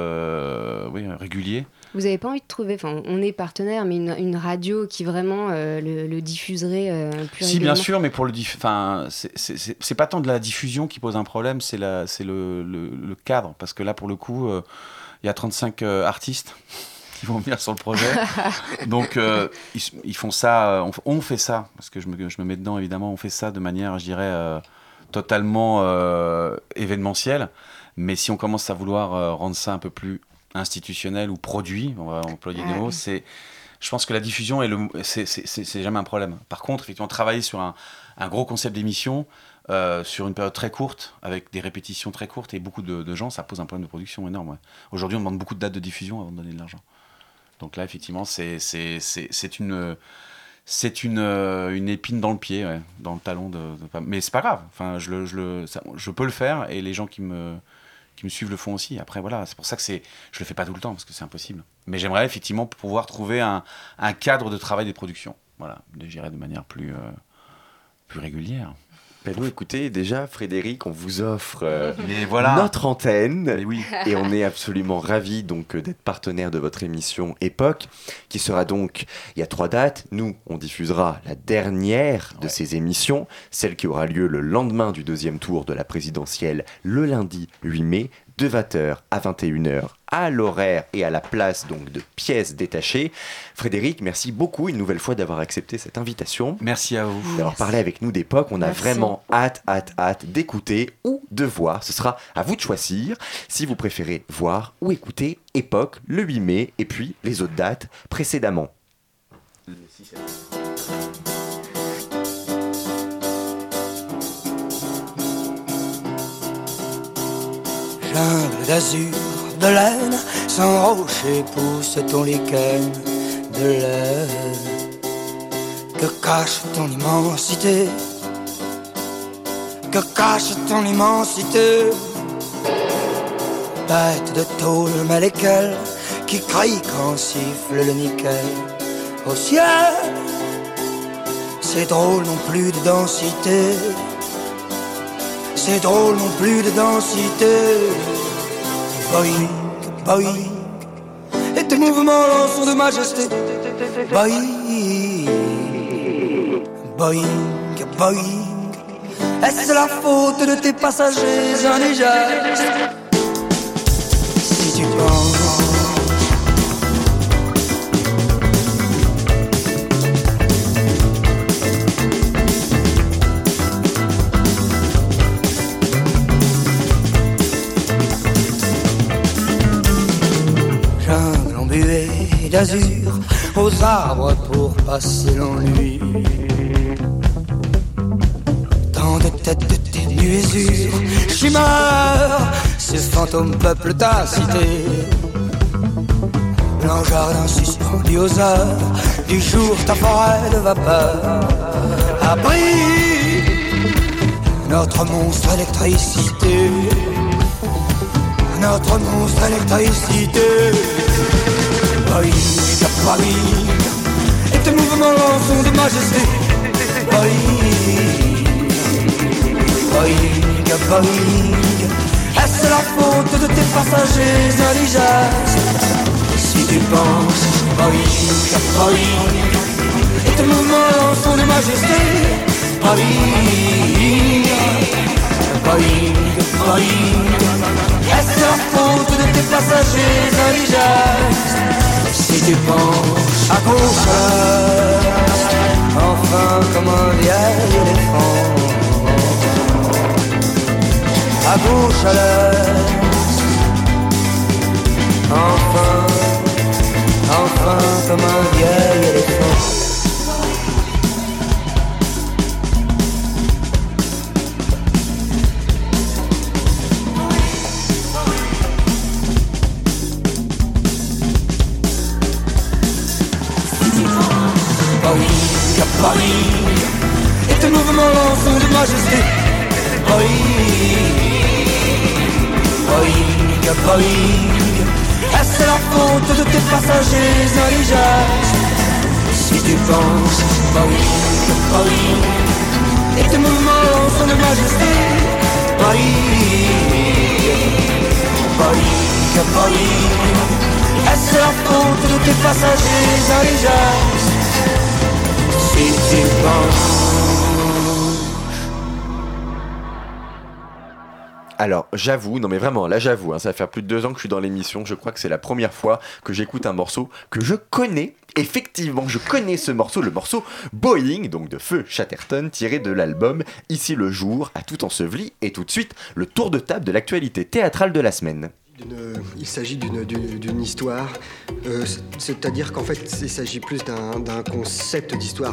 euh, oui, régulier. Vous n'avez pas envie de trouver, enfin, on est partenaire, mais une, une radio qui vraiment euh, le, le diffuserait euh, plus Si, régulièrement. bien sûr, mais pour le diff... enfin, c'est, c'est, c'est, c'est pas tant de la diffusion qui pose un problème, c'est, la, c'est le, le, le cadre. Parce que là, pour le coup, il euh, y a trente-cinq euh, artistes qui vont venir sur le projet. Donc, euh, ils, ils font ça, on, on fait ça, parce que je me, je me mets dedans, évidemment, on fait ça de manière, je dirais, euh, totalement euh, événementielle. Mais si on commence à vouloir euh, rendre ça un peu plus institutionnel ou produit, on va employer des mots, c'est, je pense que la diffusion est le, c'est, c'est, c'est, c'est jamais un problème. Par contre, effectivement, travailler sur un, un gros concept d'émission euh, sur une période très courte, avec des répétitions très courtes et beaucoup de, de gens, ça pose un problème de production énorme. Ouais. Aujourd'hui, on demande beaucoup de dates de diffusion avant de donner de l'argent. Donc là, effectivement, c'est, c'est, c'est, c'est une... C'est une, une épine dans le pied, ouais, dans le talon. De, de... Mais c'est pas grave. Enfin, je, le, je, le, ça, je peux le faire et les gens qui me, qui me suivent le font aussi. Après, voilà, c'est pour ça que c'est, je le fais pas tout le temps parce que c'est impossible. Mais j'aimerais effectivement pouvoir trouver un, un cadre de travail des productions. Voilà, je dirais de manière plus, euh, plus régulière. Ben nous, écoutez, déjà, Frédéric, on vous offre euh, Mais voilà. notre antenne. Mais oui. Et on est absolument ravis donc, euh, d'être partenaire de votre émission Époque, qui sera donc, il y a trois dates. Nous, on diffusera la dernière de Ouais. ces émissions, celle qui aura lieu le lendemain du deuxième tour de la présidentielle, le lundi huit mai, de vingt heures à vingt et une heures, à l'horaire et à la place donc de Pièces détachées. Frédéric, merci beaucoup une nouvelle fois d'avoir accepté cette invitation. Merci à vous. D'avoir parlé avec nous d'Époque. On a Merci. vraiment hâte, hâte, hâte d'écouter ou de voir. Ce sera à vous de choisir si vous préférez voir ou écouter Époque le huit mai et puis les autres dates précédemment. Jungle d'azur, de laine, sans rocher pousse ton lichen de laine. Que cache ton immensité? Que cache ton immensité? Bête de tôle, mais lesquelles qui crient quand siffle le nickel au ciel? C'est drôle non plus de densité. C'est drôle non plus de densité. Boing, boing, et tes mouvements lents sont de majesté. Boing, boing, boing, est-ce la faute de tes passagers indigènes? Si tu penses d'azur aux arbres pour passer l'ennui. Tant de têtes de tes nuésures, chimères, ces fantômes peuplent ta cité. Blanc jardin suspendu aux heures du jour, ta forêt de vapeur abrite notre monstre électricité. Notre monstre électricité. Boing, boing, et tes mouvements lents sont de majesté. Boing, boing, boing, est-ce la faute de tes passagers indigènes? Si tu penses, boing, boing, et tes mouvements lents sont de majesté. Boing, boing, boing, est-ce la faute de tes passagers indigènes? Si tu penches à gauche à l'est, enfin comme un vieil éléphant. À gauche à l'est, enfin, enfin comme un vieil éléphant. Boing, et tes mouvements lents sont de majesté. Boing, boing, boing, est-ce la faute de tes passagers indigènes? Si tu penses, boing, boing, et tes mouvements lents sont de majesté. Boing, boing, boing, est-ce la faute de tes passagers indigènes? Si tu penses. Alors, j'avoue, non mais vraiment, là j'avoue, hein, ça va faire plus de deux ans que je suis dans l'émission, je crois que c'est la première fois que j'écoute un morceau que je connais. Effectivement, je connais ce morceau, le morceau Boing, donc de Feu Chatterton, tiré de l'album Ici le jour, à tout enseveli, et tout de suite, le tour de table de l'actualité théâtrale de la semaine. D'une, il s'agit d'une, d'une, d'une histoire, euh, c'est-à-dire qu'en fait, il s'agit plus d'un, d'un concept d'histoire.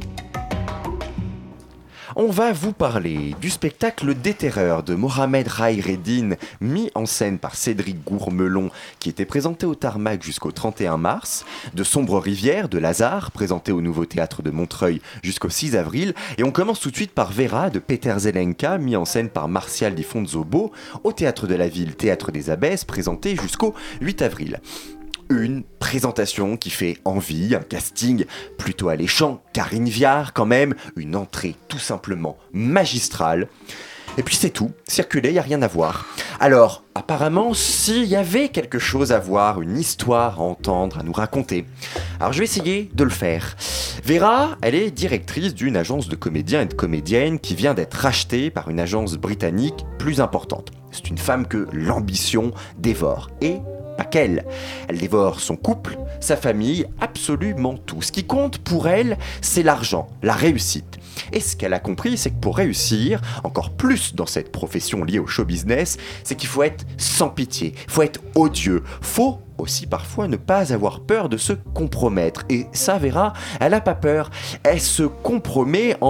On va vous parler du spectacle Déterreur de Mohamed Khaireddine, mis en scène par Cédric Gourmelon, qui était présenté au Tarmac jusqu'au trente et un mars, de Sombre Rivière de Lazare, présenté au Nouveau Théâtre de Montreuil jusqu'au six avril, et on commence tout de suite par Vera de Peter Zelenka, mis en scène par Martial Di Fonzobo, au Théâtre de la Ville, Théâtre des Abbesses, présenté jusqu'au huit avril. Une présentation qui fait envie, un casting plutôt alléchant, Karine Viard quand même, une entrée tout simplement magistrale. Et puis c'est tout, circuler, il n'y a rien à voir. Alors, apparemment, s'il y avait quelque chose à voir, une histoire à entendre, à nous raconter, alors je vais essayer de le faire. Vera, elle est directrice d'une agence de comédiens et de comédiennes qui vient d'être rachetée par une agence britannique plus importante. C'est une femme que l'ambition dévore, et pas qu'elle. Elle dévore son couple, sa famille, absolument tout. Ce qui compte pour elle, c'est l'argent, la réussite. Et ce qu'elle a compris, c'est que pour réussir, encore plus dans cette profession liée au show business, c'est qu'il faut être sans pitié, il faut être odieux, faut aussi parfois ne pas avoir peur de se compromettre. Et ça, Vera, elle n'a pas peur. Elle se compromet en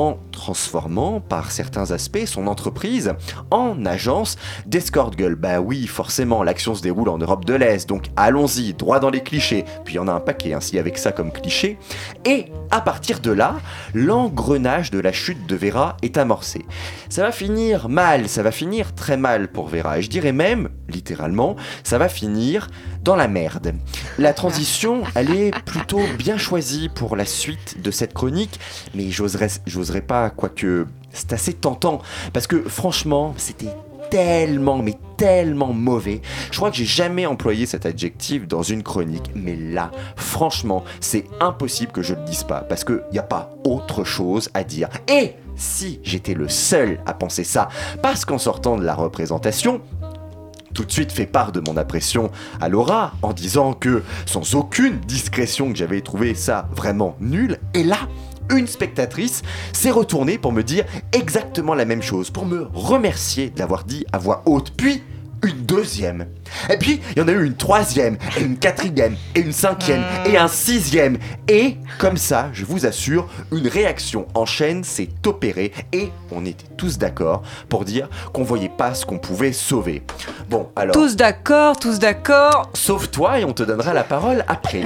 transformant par certains aspects son entreprise en agence d'escort girl. Bah oui, forcément, l'action se déroule en Europe de l'Est, donc allons-y, droit dans les clichés. Puis il y en a un paquet ainsi avec ça comme cliché. Et à partir de là, l'engrenage de la chute de Vera est amorcé. Ça va finir mal, ça va finir très mal pour Vera. Et je dirais même, littéralement, ça va finir dans la merde. La transition, elle est plutôt bien choisie pour la suite de cette chronique, mais j'oserais, j'oserais pas, quoique c'est assez tentant, parce que franchement, c'était tellement, mais tellement mauvais. Je crois que j'ai jamais employé cet adjectif dans une chronique, mais là, franchement, c'est impossible que je le dise pas, parce qu'il n'y a pas autre chose à dire. Et si j'étais le seul à penser ça, parce qu'en sortant de la représentation, tout de suite fait part de mon impression à Laura en disant que, sans aucune discrétion, que j'avais trouvé ça vraiment nul, et là, une spectatrice s'est retournée pour me dire exactement la même chose, pour me remercier de l'avoir dit à voix haute, puis une deuxième. Et puis, il y en a eu une troisième, et une quatrième, et une cinquième, mmh. et un sixième. Et, comme ça, je vous assure, une réaction en chaîne s'est opérée, et on était tous d'accord pour dire qu'on voyait pas ce qu'on pouvait sauver. Bon, alors... Tous d'accord, tous d'accord. Sauf toi, et on te donnera la parole après.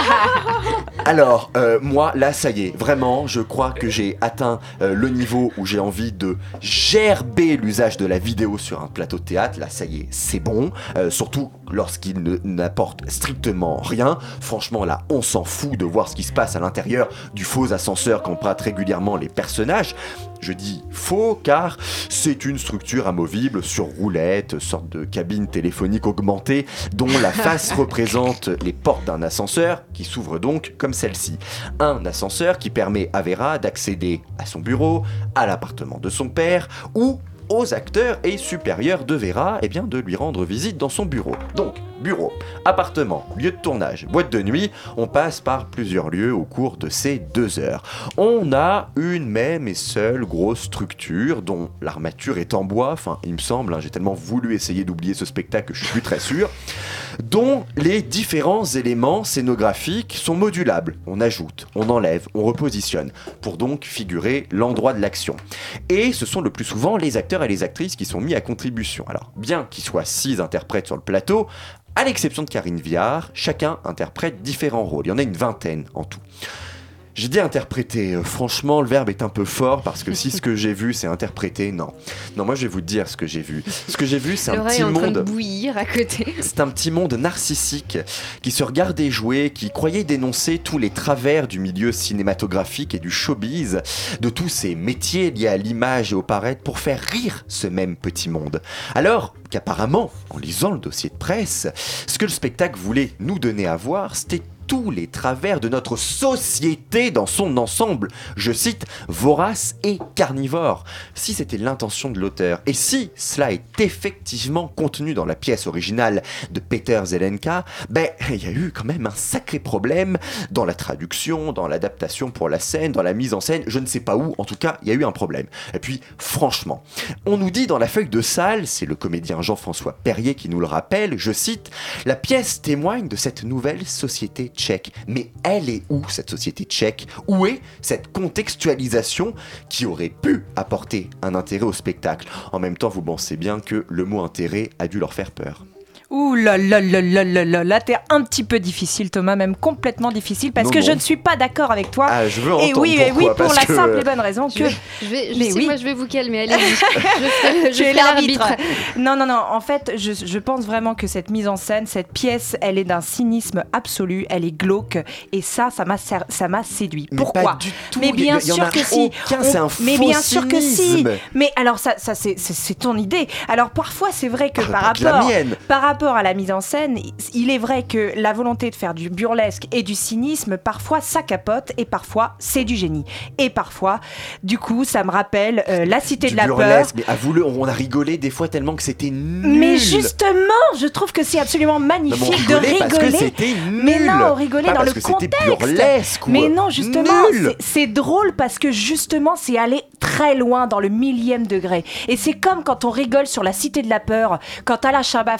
Alors, euh, moi, là, ça y est, vraiment, je crois que j'ai atteint euh, le niveau où j'ai envie de gerber l'usage de la vidéo sur un plateau de théâtre. Là, ça y est, c'est bon. Euh, surtout lorsqu'il ne, n'apporte strictement rien. Franchement, là, on s'en fout de voir ce qui se passe à l'intérieur du faux ascenseur qu'empruntent régulièrement les personnages. Je dis faux car c'est une structure amovible sur roulette, sorte de cabine téléphonique augmentée dont la face représente les portes d'un ascenseur qui s'ouvre donc comme celle-ci. Un ascenseur qui permet à Vera d'accéder à son bureau, à l'appartement de son père ou aux acteurs et supérieurs de Vera, eh bien de lui rendre visite dans son bureau. Donc, bureau, appartement, lieu de tournage, boîte de nuit, on passe par plusieurs lieux au cours de ces deux heures. On a une même et seule grosse structure dont l'armature est en bois, enfin il me semble, hein, j'ai tellement voulu essayer d'oublier ce spectacle que je suis plus très sûr, dont les différents éléments scénographiques sont modulables. On ajoute, on enlève, on repositionne, pour donc figurer l'endroit de l'action. Et ce sont le plus souvent les acteurs et les actrices qui sont mis à contribution. Alors, bien qu'il soit six interprètes sur le plateau, à l'exception de Karine Viard, chacun interprète différents rôles. Il y en a une vingtaine en tout. J'ai dit interpréter, euh, franchement le verbe est un peu fort parce que si ce que j'ai vu c'est interpréter, non. Non, moi je vais vous dire ce que j'ai vu. Ce que j'ai vu c'est un petit monde... L'oreille est en train de bouillir à côté. C'est un petit monde narcissique qui se regardait jouer, qui croyait dénoncer tous les travers du milieu cinématographique et du showbiz, de tous ces métiers liés à l'image et au paraître pour faire rire ce même petit monde. Alors qu'apparemment, en lisant le dossier de presse, ce que le spectacle voulait nous donner à voir, c'était tous les travers de notre société dans son ensemble. Je cite, vorace et carnivore. Si c'était l'intention de l'auteur, et si cela est effectivement contenu dans la pièce originale de Peter Zelenka, ben, il y a eu quand même un sacré problème dans la traduction, dans l'adaptation pour la scène, dans la mise en scène, je ne sais pas où, en tout cas, il y a eu un problème. Et puis, franchement, on nous dit dans la feuille de salle, c'est le comédien Jean-François Perrier qui nous le rappelle, je cite, la pièce témoigne de cette nouvelle société tchèque. Mais elle est où cette société tchèque ? Où est cette contextualisation qui aurait pu apporter un intérêt au spectacle ? En même temps, vous pensez bien que le mot intérêt a dû leur faire peur. Ouh là là là là là là là, t'es un petit peu difficile Thomas, même complètement difficile parce non, que non. je ne suis pas d'accord avec toi. Ah, je veux entendre et oui, pourquoi, oui, pour la que... simple et bonne raison que... Je vais, je vais, je Mais sais, oui. moi je vais vous calmer, allez-y. je ferai, je Tu es ferai l'arbitre. l'arbitre. Non, non, non, en fait, je, je pense vraiment que cette mise en scène, cette pièce, elle est d'un cynisme absolu, elle est glauque et ça, ça m'a, ser- ça m'a séduit. Mais Pourquoi ? pas du tout. Mais bien y, y sûr en a que si. Aucun, On- c'est un mais faux bien sûr que si. cynisme. Mais alors ça, ça c'est, c'est, c'est ton idée. Alors parfois, c'est vrai que Ah, par pas que la rapport, mienne. par rapport à la mise en scène, il est vrai que la volonté de faire du burlesque et du cynisme, parfois ça capote et parfois c'est du génie. Et parfois, du coup, ça me rappelle euh, La Cité Du de la burlesque, Peur. mais avoue-le, on a rigolé des fois tellement que c'était nul. Mais justement, je trouve que c'est absolument magnifique Non, mais on de rigolait rigoler. parce que c'était nul. Mais non, on rigolait Pas dans parce le que c'était contexte. burlesque ou Mais non, justement, nul. c'est, c'est drôle parce que justement, c'est aller très loin dans le millième degré. Et c'est comme quand on rigole sur La Cité de la Peur, quand Alain Chabat fait son truc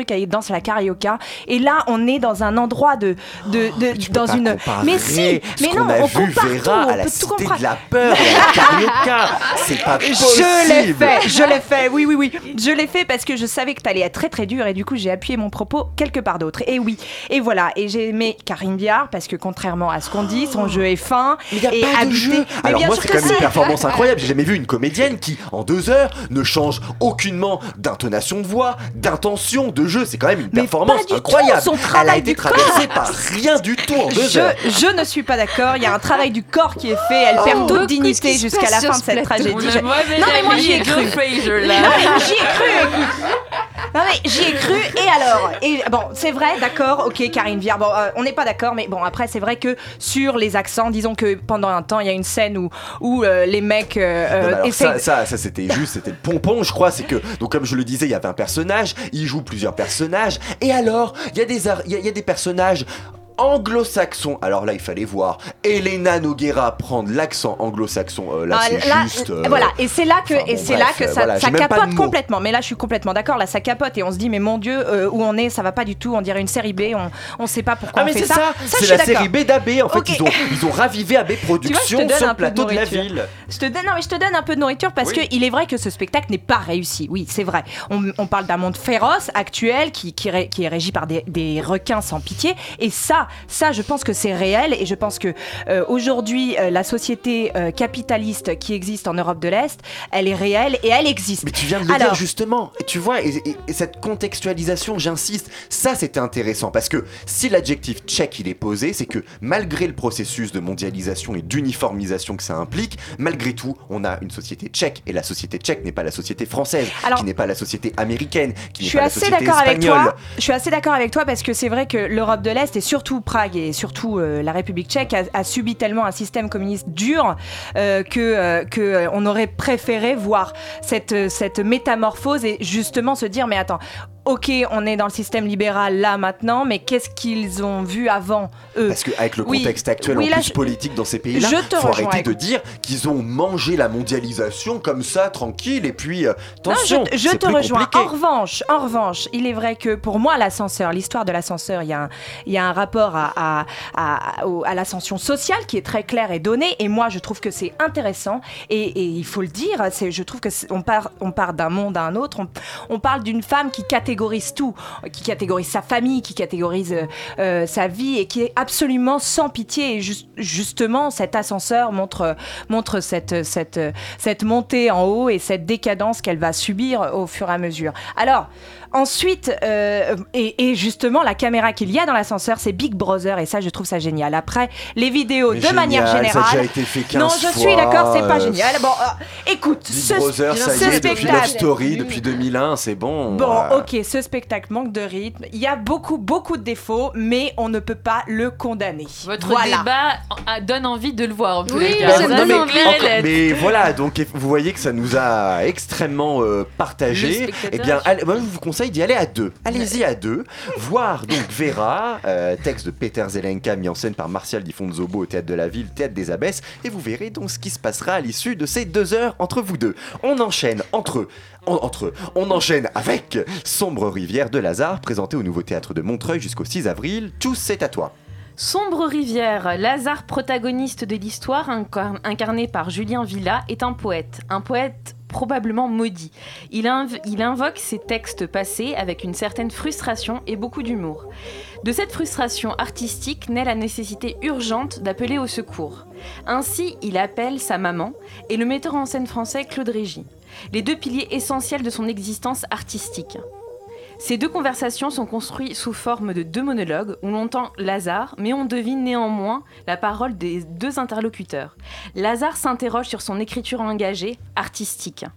truc avec danse à la carioca. Et là, on est dans un endroit de, de, de tu dans peux pas une. comparer Mais si, ce mais qu'on non, a on vu compare Vera tout, à on la peut Cité tout comparer. de la peur et à la carioca. C'est pas possible. Je l'ai fait, je l'ai fait, oui, oui, oui. Je l'ai fait parce que je savais que t'allais être très très dur et du coup j'ai appuyé mon propos quelque part d'autre. Et oui, et voilà. Et j'ai aimé Karine Viard parce que contrairement à ce qu'on dit, son jeu est fin. Mais il n'y a et pas de habité. jeu. Mais Alors bien moi sûr c'est que quand même une si. performance incroyable. J'ai jamais vu une comédienne qui en deux heures ne change aucunement d'intonation de voix, d'intention de jeu. C'est quand même une Mais performance pas du incroyable. tout, son Elle a travail été du corps. traversée par rien du tout en deux Je, heures. je ne suis pas d'accord. Il y a un travail du corps qui est fait. Elle perd Oh, toute beaucoup dignité qui se jusqu'à passe la sur fin de ce cette plateau. tragédie. Ouais, Je- moi, mais non mais moi j'ai j'y ai mis cru. Joe Frazier, Non là. mais j'y ai cru. Écoute. Non mais j'y ai cru. Et alors et bon c'est vrai d'accord. Ok Karine Viard. Bon euh, on n'est pas d'accord mais bon après c'est vrai que sur les accents disons que pendant un temps il y a une scène où où euh, les mecs euh, Non, mais alors essaient. ça, ça, ça c'était juste, c'était le pompon, je crois. C'est que, donc comme je le disais, il y avait un personnage, il joue plusieurs personnages, et alors, il y a des, ar- il y a, il y a des personnages anglo-saxons. Alors là, il fallait voir Elena Noguera prendre l'accent anglo-saxon. Euh, là, Ah, c'est là, juste. euh, voilà, et c'est là que, enfin, et bon, c'est bref, là que euh, ça, voilà, ça j'ai même pas de capote mots. complètement. Mais là, je suis complètement d'accord. Là, ça capote et on se dit, mais mon Dieu, euh, où on est, ça va pas du tout. On dirait une série B. On, on sait pas pourquoi Ah on mais fait c'est ça. ça, je c'est suis la d'accord. série B d'A B en fait, Ok. ils, ont, ils ont ravivé A B Tu vois, je Productions te donne sur un le peu de plateau de, la nourriture. ville. Je te donne, non, mais je te donne un peu de nourriture parce Oui. que il est vrai que ce spectacle n'est pas réussi. Oui, c'est vrai. On, on parle d'un monde féroce, actuel, qui, qui, ré- qui est régi par des, des requins sans pitié. Et ça, ça, je pense que c'est réel. Et je pense que euh, aujourd'hui, euh, la société euh, capitaliste qui existe en Europe de l'Est, elle est réelle et elle existe. Mais tu viens de le Alors, dire justement, et tu vois, et, et- et cette contextualisation, j'insiste, ça c'était intéressant parce que si l'adjectif tchèque il est posé, c'est que malgré le processus de mondialisation et d'uniformisation que ça implique, malgré tout, on a une société tchèque et la société tchèque n'est pas la société française, Alors, qui n'est pas la société américaine, qui Je n'est suis pas la assez société d'accord avec espagnole. toi. Je suis assez d'accord avec toi parce que c'est vrai que l'Europe de l'Est et surtout Prague et surtout euh, la République tchèque a, a subi tellement un système communiste dur euh, que euh, que euh, on aurait préféré voir cette euh, cette métamorphose et justement se dire mais attends. Ok, on est dans le système libéral là maintenant, mais qu'est-ce qu'ils ont vu avant eux Parce qu'avec le Oui. contexte actuel Oui, en là, plus je- politique dans ces pays-là, je te faut rejoins, arrêter de écoute. dire qu'ils ont mangé la mondialisation comme ça, tranquille, et puis euh, Non, attention, je, je c'est te plus rejoins. compliqué. En revanche, en revanche, il est vrai que pour moi, l'ascenseur, l'histoire de l'ascenseur, il y a un, il y a un rapport à, à, à, au- à l'ascension sociale qui est très clair et donné. Et moi, je trouve que c'est intéressant. Et, et il faut le dire, c'est, je trouve que c'est- on part, on part d'un monde à un autre. On, on parle d'une femme qui catégorise tout, qui catégorise sa famille, qui catégorise euh, euh, sa vie et qui est absolument sans pitié. Et juste- justement, cet ascenseur montre, montre cette, cette, cette montée en haut et cette décadence qu'elle va subir au fur et à mesure. Alors, ensuite, euh, et, et justement, la caméra qu'il y a dans l'ascenseur, c'est Big Brother, et ça, je trouve ça génial. Après, les vidéos, Mais de manière génial, générale... ça a déjà été fait quinze non, je fois, suis d'accord, c'est pas euh, génial. Bon, euh, écoute, Big ce, Brother, ça ce y est, depuis Love spectacle... Story, depuis deux mille un, c'est bon. Bon, euh, ok, ce spectacle manque de rythme. Il y a beaucoup, beaucoup de défauts, mais on ne peut pas le condamner. Votre voilà. débat euh, donne envie de le voir en tous Oui, les mais cas. ça Ça, donne c'est envie. clair et Encore- net. mais voilà, donc vous voyez que ça nous a extrêmement euh, Le partagé. spectateur. Eh bien, allez- moi je vous conseille d'y aller à deux. Allez-y à deux. Voir donc Vera, euh, texte de Peter Zelenka mis en scène par Martial Di Fonzobo au Théâtre de la Ville, Théâtre des Abbesses, et vous verrez donc ce qui se passera à l'issue de ces deux heures entre vous deux. On enchaîne entre eux. En- entre eux. On enchaîne avec Sombre Rivière de Lazare, présenté au Nouveau Théâtre de Montreuil jusqu'au six avril. Tous, c'est à toi. Sombre Rivière, Lazare, protagoniste de l'histoire, incar- incarné par Julien Villa, est un poète. Un poète probablement maudit. Il, inv- il invoque ses textes passés avec une certaine frustration et beaucoup d'humour. De cette frustration artistique naît la nécessité urgente d'appeler au secours. Ainsi, il appelle sa maman et le metteur en scène français Claude Régis, les deux piliers essentiels de son existence artistique. Ces deux conversations sont construites sous forme de deux monologues où l'on entend Lazare, mais on devine néanmoins la parole des deux interlocuteurs. Lazare s'interroge sur son écriture engagée, artistique.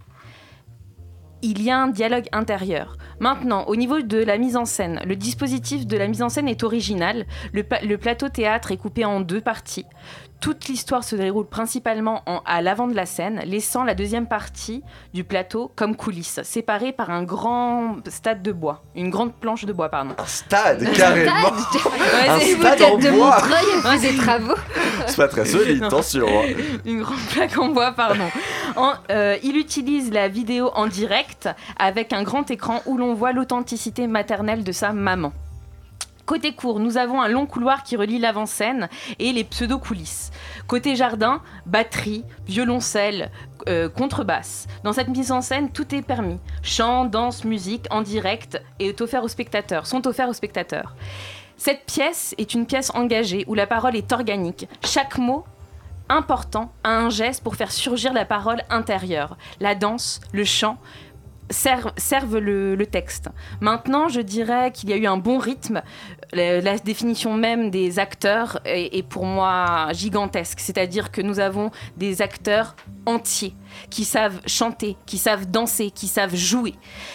Il y a un dialogue intérieur. Maintenant, au niveau de la mise en scène, le dispositif de la mise en scène est original. Le, pa- le plateau théâtre est coupé en deux parties. toute l'histoire se déroule principalement en, à l'avant de la scène, laissant la deuxième partie du plateau comme coulisses, séparée par un grand stade de bois, une grande planche de bois, pardon. Un stade, carrément. Ouais, un c'est- stade en de bois. Montreuil, elle fait des travaux. C'est pas très solide, Non. attention. hein. Une grande plaque en bois, pardon. En- euh, il utilise la vidéo en direct avec un grand écran où l'on voit l'authenticité maternelle de sa maman. Côté court, nous avons un long couloir qui relie l'avant-scène et les pseudo-coulisses. Côté jardin, batterie, violoncelle, euh, contrebasse. Dans cette mise en scène, tout est permis. Chant, danse, musique, en direct, est offert aux spectateurs, sont offerts aux spectateurs. Cette pièce est une pièce engagée où la parole est organique. Chaque mot important a un geste pour faire surgir la parole intérieure. La danse, le chant servent, servent le, le texte. Maintenant, je dirais qu'il y a eu un bon rythme. La, la définition même des acteurs est, est pour moi gigantesque. C'est-à-dire que nous avons des acteurs entiers qui savent chanter, qui savent danser, qui savent jouer.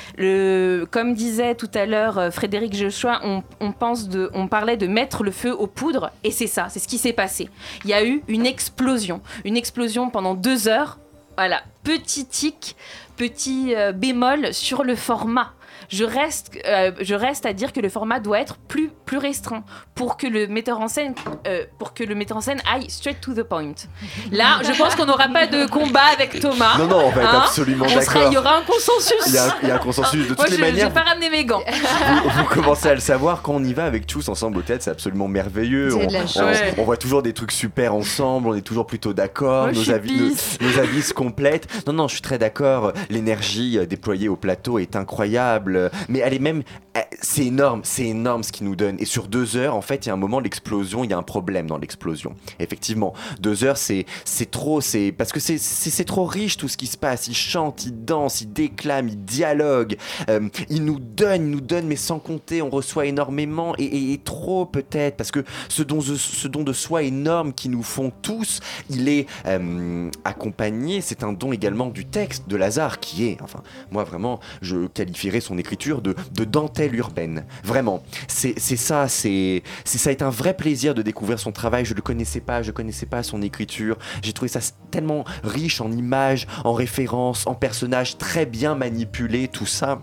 Le, comme disait tout à l'heure euh, Frédéric Joshua, on, on, pense de, on parlait de mettre le feu aux poudres, et c'est ça, c'est ce qui s'est passé. Il y a eu une explosion, une explosion pendant deux heures. Voilà, petit tic, petit euh, bémol sur le format. Je reste, euh, je reste à dire que le format doit être plus, plus restreint pour que le metteur en scène, euh, pour que le metteur en scène aille straight to the point. Là, je pense qu'on n'aura pas de combat avec Thomas. Non, non, on va être hein absolument on d'accord. sera, il y aura un consensus. Il y a un, il y a un consensus de toutes Moi, les je, manières. j'ai pas ramené mes gants. Vous, vous commencez à le savoir, quand on y va avec tous ensemble au théâtre, c'est absolument merveilleux. C'est On, de la on- chance. on voit toujours des trucs super ensemble, on est toujours plutôt d'accord, Moi, je nos, suis avis, nos, pisse. nos avis se complètent. Non, non, je suis très d'accord, l'énergie euh, déployée au plateau est incroyable, mais elle est même... euh, C'est énorme, c'est énorme ce qu'ils nous donnent. Et sur deux heures, en fait, il y a un moment, l'explosion, il y a un problème dans l'explosion. Effectivement, deux heures, c'est, c'est trop, c'est parce que c'est, c'est, c'est trop riche tout ce qui se passe. Ils chantent, ils dansent, ils déclament, ils dialoguent. Euh, ils nous donnent, ils nous donnent, mais sans compter, on reçoit énormément et, et- et trop peut-être, parce que ce don, de, ce don de soi énorme qu'ils nous font tous, il est euh, accompagné, c'est un don également du texte de Lazare, qui est, enfin, moi vraiment, je qualifierais son écriture de, de dentelle urbaine. Vraiment, c'est, c'est ça, c'est, c'est, ça a été un vrai plaisir de découvrir son travail. Je le connaissais pas, je connaissais pas son écriture. J'ai trouvé ça tellement riche en images, en références, en personnages très bien manipulés, tout ça.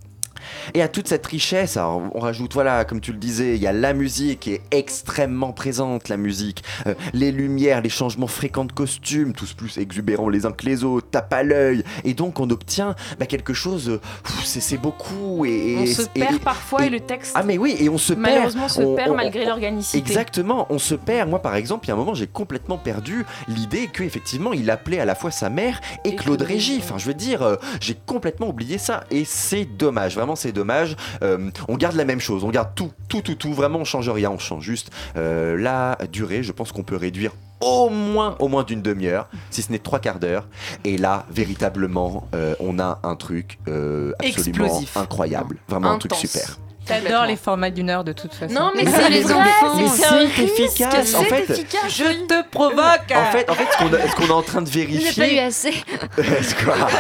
Et à toute cette richesse, alors, on rajoute, voilà, comme tu le disais, il y a la musique qui est extrêmement présente, la musique, euh, les lumières, les changements fréquents de costumes, tous plus exubérants les uns que les autres, tape à l'œil, et donc on obtient bah, quelque chose, euh, pff, c'est, c'est beaucoup. Et, On et- se et- perd et- parfois et, et- le texte Ah mais oui, et on se perd. malheureusement se On- perd on- malgré on- l'organicité. Exactement, on se perd. Moi, par exemple, il y a un moment, j'ai complètement perdu l'idée qu'effectivement, il appelait à la fois sa mère et, Et Claude Claude Régis. Régis, Enfin, je veux dire, euh, j'ai complètement oublié ça. Et c'est dommage, vraiment, c'est dommage. Euh, on garde la même chose, on garde tout, tout, tout, tout. Vraiment, on change rien, on change juste euh, la durée. Je pense qu'on peut réduire au moins, au moins d'une demi-heure, si ce n'est trois quarts d'heure. Et là, véritablement, euh, on a un truc euh, absolument Explosif. incroyable. Vraiment un truc Intense. super. J'adore les formats d'une heure de toute façon. Non, mais Mais c'est c'est les les enfants, enfants. Mais c'est un c'est risque, efficace, en c'est fait. efficace. Je te provoque. En fait, en fait, ce qu'on, a- ce qu'on est en train de J'ai pas eu vérifier, assez. ce qu'on-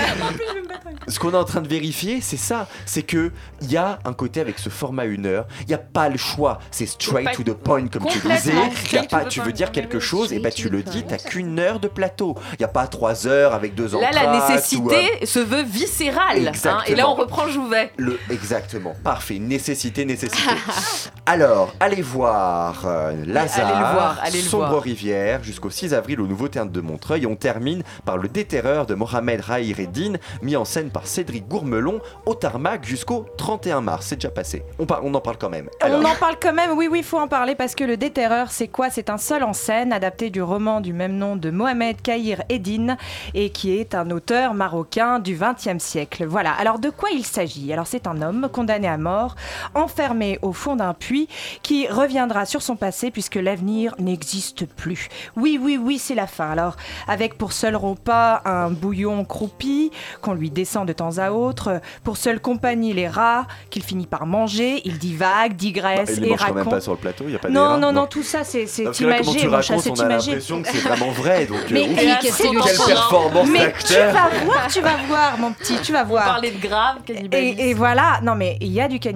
ce qu'on est en train de vérifier, c'est ça, c'est que il y a un côté avec ce format une heure, il y a pas le choix, c'est straight Pas- to the point comme tu complètement disais. Il y a straight to pas, the tu point. veux dire quelque chose, et bah Straight tu to le the dis, point. t'as qu'une heure de plateau. Il y a pas trois heures avec deux Là, entractes. la ou, euh, nécessité se veut viscérale. hein, Exactement. et là, on reprend Jouvet. Le, exactement, parfait, nécessité, nécessité. Alors, allez voir euh, Lazare, Allez le voir, allez le Sombre voir. Rivière, jusqu'au six avril au Nouveau Théâtre de Montreuil. On termine par Le Déterreur de Mohamed Raïr-Eddine, mis en scène par Cédric Gourmelon, au Tarmac jusqu'au trente et un mars. C'est déjà passé. On, par- on en parle quand même. Alors, On en parle quand même, oui, oui, il faut en parler parce que Le Déterreur, c'est quoi? C'est un seul en scène adapté du roman du même nom de Mohamed Kahir Eddine et qui est un auteur marocain du vingtième siècle. Voilà, alors de quoi il s'agit? Alors c'est un homme condamné à mort, enfermé au fond d'un puits, qui reviendra sur son passé puisque l'avenir n'existe plus. Oui, oui, oui, c'est la fin. Alors, avec pour seul repas un bouillon croupi qu'on lui descend de temps à autre, pour seule compagnie les rats qu'il finit par manger, il divague, digresse il les et mange quand même raconte. pas sur le plateau, il y a pas des Non, rats non, non, tout ça c'est c'est Parce que là, comment imagé, tu mon chat, racontes, c'est on a imagé. l'impression que c'est vraiment vrai. Donc, Mais euh, ouf, et qu'est-ce que quelle performance Mais tu d'acteur. vas voir, tu vas voir, mon petit, tu vas On voir. parlait de grave, cannibalisme. Et, et voilà, non mais il y a du cannibalisme,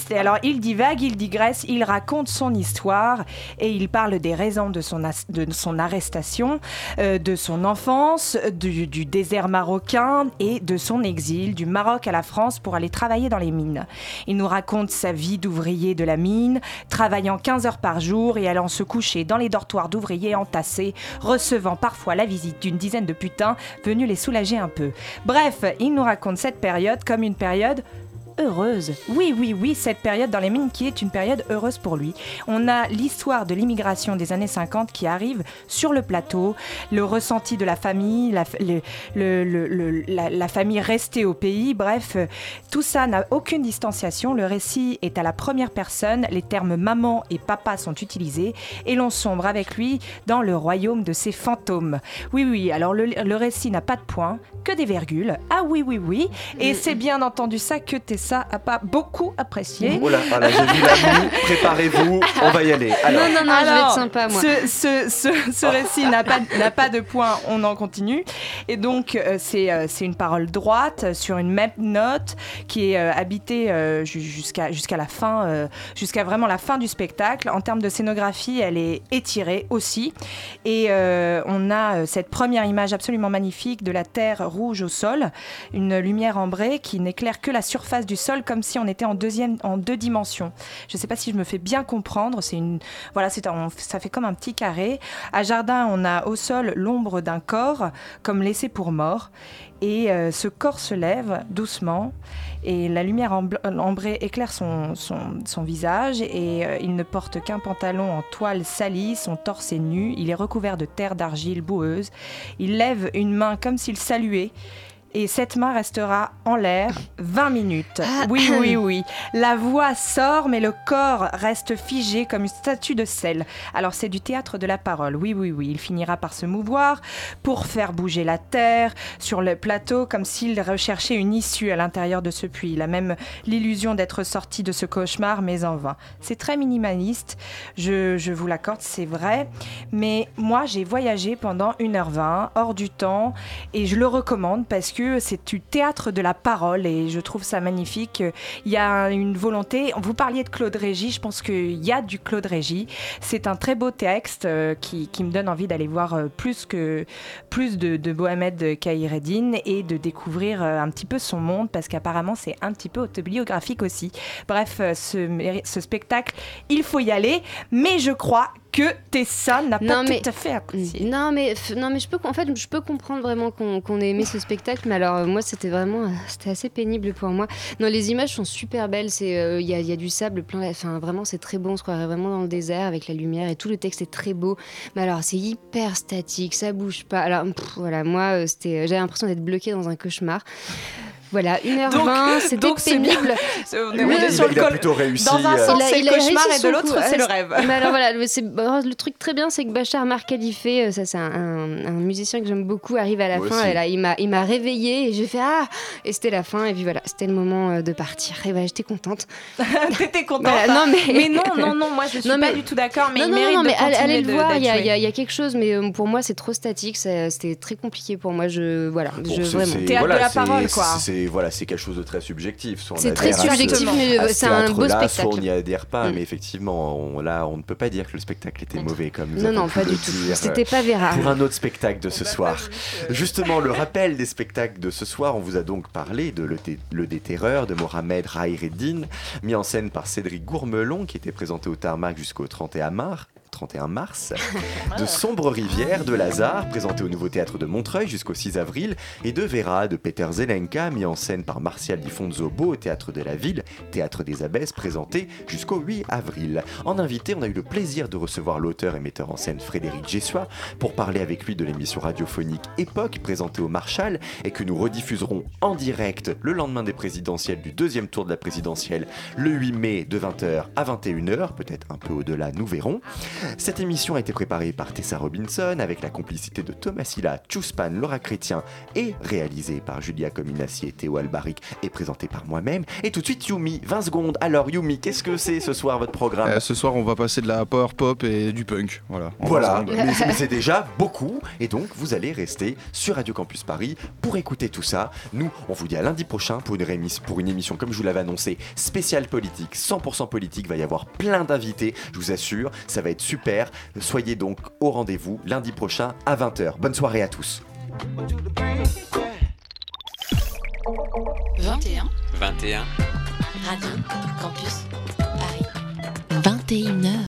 journaliste. Et alors, il divague, il digresse, il raconte son histoire et il parle des raisons de son, as- de son arrestation, euh, de son enfance, du, du désert marocain et de son exil du Maroc à la France pour aller travailler dans les mines. Il nous raconte sa vie d'ouvrier de la mine, travaillant quinze heures par jour et allant se coucher dans les dortoirs d'ouvriers entassés, recevant parfois la visite d'une dizaine de putains venus les soulager un peu. Bref, il nous raconte cette période comme une période heureuse. Oui, oui, oui, cette période dans les mines qui est une période heureuse pour lui. On a l'histoire de l'immigration des années cinquante qui arrive sur le plateau, le ressenti de la famille, la, le, le, le, le, la, la famille restée au pays, bref, tout ça n'a aucune distanciation. Le récit est à la première personne, les termes maman et papa sont utilisés et l'on sombre avec lui dans le royaume de ses fantômes. Oui, oui, alors le, le récit n'a pas de points, que des virgules. Ah oui, oui, oui, et c'est bien entendu ça que Tessa a pas beaucoup apprécié. Oh là, ah là, j'ai vu la moue, préparez-vous, on va y aller. Alors, non, non, non, Alors, je vais être sympa, moi. Ce, ce, ce, ce récit n'a pas, n'a pas de point, on en continue. Et donc, euh, c'est, euh, c'est une parole droite sur une même note qui est euh, habitée euh, jusqu'à, jusqu'à la fin, euh, jusqu'à vraiment la fin du spectacle. En termes de scénographie, elle est étirée aussi. Et euh, on a euh, cette première image absolument magnifique de la terre rouge au sol, une lumière ambrée qui n'éclaire que la surface du sol comme si on était en, deuxième, en deux dimensions. Je ne sais pas si je me fais bien comprendre. C'est une, voilà, c'est un, ça fait comme un petit carré. À Jardin, on a au sol l'ombre d'un corps, comme laissé pour mort. Et euh, ce corps se lève doucement et la lumière ambrée éclaire son, son, son visage et euh, il ne porte qu'un pantalon en toile salie, son torse est nu, il est recouvert de terre d'argile boueuse. Il lève une main comme s'il saluait. Et cette main restera en l'air vingt minutes. Ah. Oui, oui, oui. La voix sort, mais le corps reste figé comme une statue de sel. Alors, c'est du théâtre de la parole. Oui, oui, oui. Il finira par se mouvoir pour faire bouger la terre sur le plateau, comme s'il recherchait une issue à l'intérieur de ce puits. Il a même l'illusion d'être sorti de ce cauchemar, mais en vain. C'est très minimaliste. Je, je vous l'accorde, c'est vrai. Mais moi, j'ai voyagé pendant une heure vingt, hors du temps, et je le recommande parce que c'est du théâtre de la parole et je trouve ça magnifique. Il y a une volonté. Vous parliez de Claude Régis, je pense qu'il y a du Claude Régis. C'est un très beau texte euh, qui, qui me donne envie d'aller voir euh, plus, que, plus de, de Mohamed Khaireddine et de découvrir euh, un petit peu son monde parce qu'apparemment c'est un petit peu autobiographique aussi. Bref, euh, ce, ce spectacle, il faut y aller, mais je crois que Tessa n'a pas mais, tout à fait apprécié. Non mais, non, mais je, peux, en fait, je peux comprendre vraiment qu'on, qu'on ait aimé ce spectacle, mais alors moi c'était vraiment c'était assez pénible pour moi. Non, les images sont super belles, il euh, y, y a du sable plein, enfin vraiment c'est très beau, on se croirait vraiment dans le désert avec la lumière et tout, le texte est très beau, mais alors c'est hyper statique, ça bouge pas. Alors pff, voilà, moi c'était, j'avais l'impression d'être bloquée dans un cauchemar. Voilà, une heure vingt, c'était donc pénible. C'est on est, on est sur le col. Plutôt réussi. Dans un sens, c'est le cauchemar et de l'autre, coup. c'est le rêve. Mais alors voilà, c'est, le truc très bien, c'est que Bachar Mar-Khalifa, ça c'est un, un, un musicien que j'aime beaucoup, arrive à la Moi fin. Et là, il m'a, il m'a réveillée et j'ai fait ah, et c'était la fin. Et puis voilà, c'était le moment de partir. Et bah, j'étais contente. T'étais contente. Voilà, non mais, mais non, non, non, moi je suis non, mais... pas du tout d'accord. Mais non, il non, mérite non, de mais continuer allez le voir. Il y, y, y a quelque chose, mais pour moi c'est trop statique. Ça, c'était très compliqué pour moi. Je voilà, bon, je c'est, vraiment. C'est, Théâtre voilà, de la c'est, parole, quoi. C'est, c'est voilà, c'est quelque chose de très subjectif. Soit on c'est très subjectif, ce, mais c'est un beau spectacle. Soit on n'y adhère pas, mm. mais effectivement, on, là, on ne peut pas dire que le spectacle était mauvais comme nous Non, avons non, pas pu du le tout. dire. C'était pas Vera. Pour un autre spectacle de ce soir. Justement, le rappel des spectacles de ce soir, on vous a donc parlé de Le, T- le Déterreur de Mohamed Khaireddine, mis en scène par Cédric Gourmelon, qui était présenté au Tarmac jusqu'au trente et un mars. trente et un mars, de Sombre Rivière de Lazare, présenté au Nouveau Théâtre de Montreuil jusqu'au six avril, et de Vera de Peter Zelenka, mis en scène par Martial Di Fonzobo au Théâtre de la Ville, Théâtre des Abbesses, présenté jusqu'au huit avril. En invité, on a eu le plaisir de recevoir l'auteur et metteur en scène Frédéric Gessua pour parler avec lui de l'émission radiophonique Époque, présentée au Marchal, et que nous rediffuserons en direct le lendemain des présidentielles, du deuxième tour de la présidentielle, le huit mai de vingt heures à vingt et une heures, peut-être un peu au-delà, nous verrons. Cette émission a été préparée par Tessa Robinson avec la complicité de Thomas Silla, Tchouspan, Laura Chrétien et réalisée par Julia Cominassi et Théo Albaric et présentée par moi-même. Et tout de suite Yumi, vingt secondes. Alors Yumi, qu'est-ce que c'est ce soir votre programme ? euh, Ce soir on va passer de la power pop et du punk. Voilà. Voilà, mais c'est, mais c'est déjà beaucoup et donc vous allez rester sur Radio Campus Paris pour écouter tout ça. Nous, on vous dit à lundi prochain pour une, rémis, pour une émission, comme je vous l'avais annoncé, spéciale politique, cent pour cent politique, va y avoir plein d'invités, je vous assure, ça va être super. Soyez donc au rendez-vous lundi prochain à vingt heures. Bonne soirée à tous. vingt et un vingt et un Radio Campus Paris. vingt et une heures.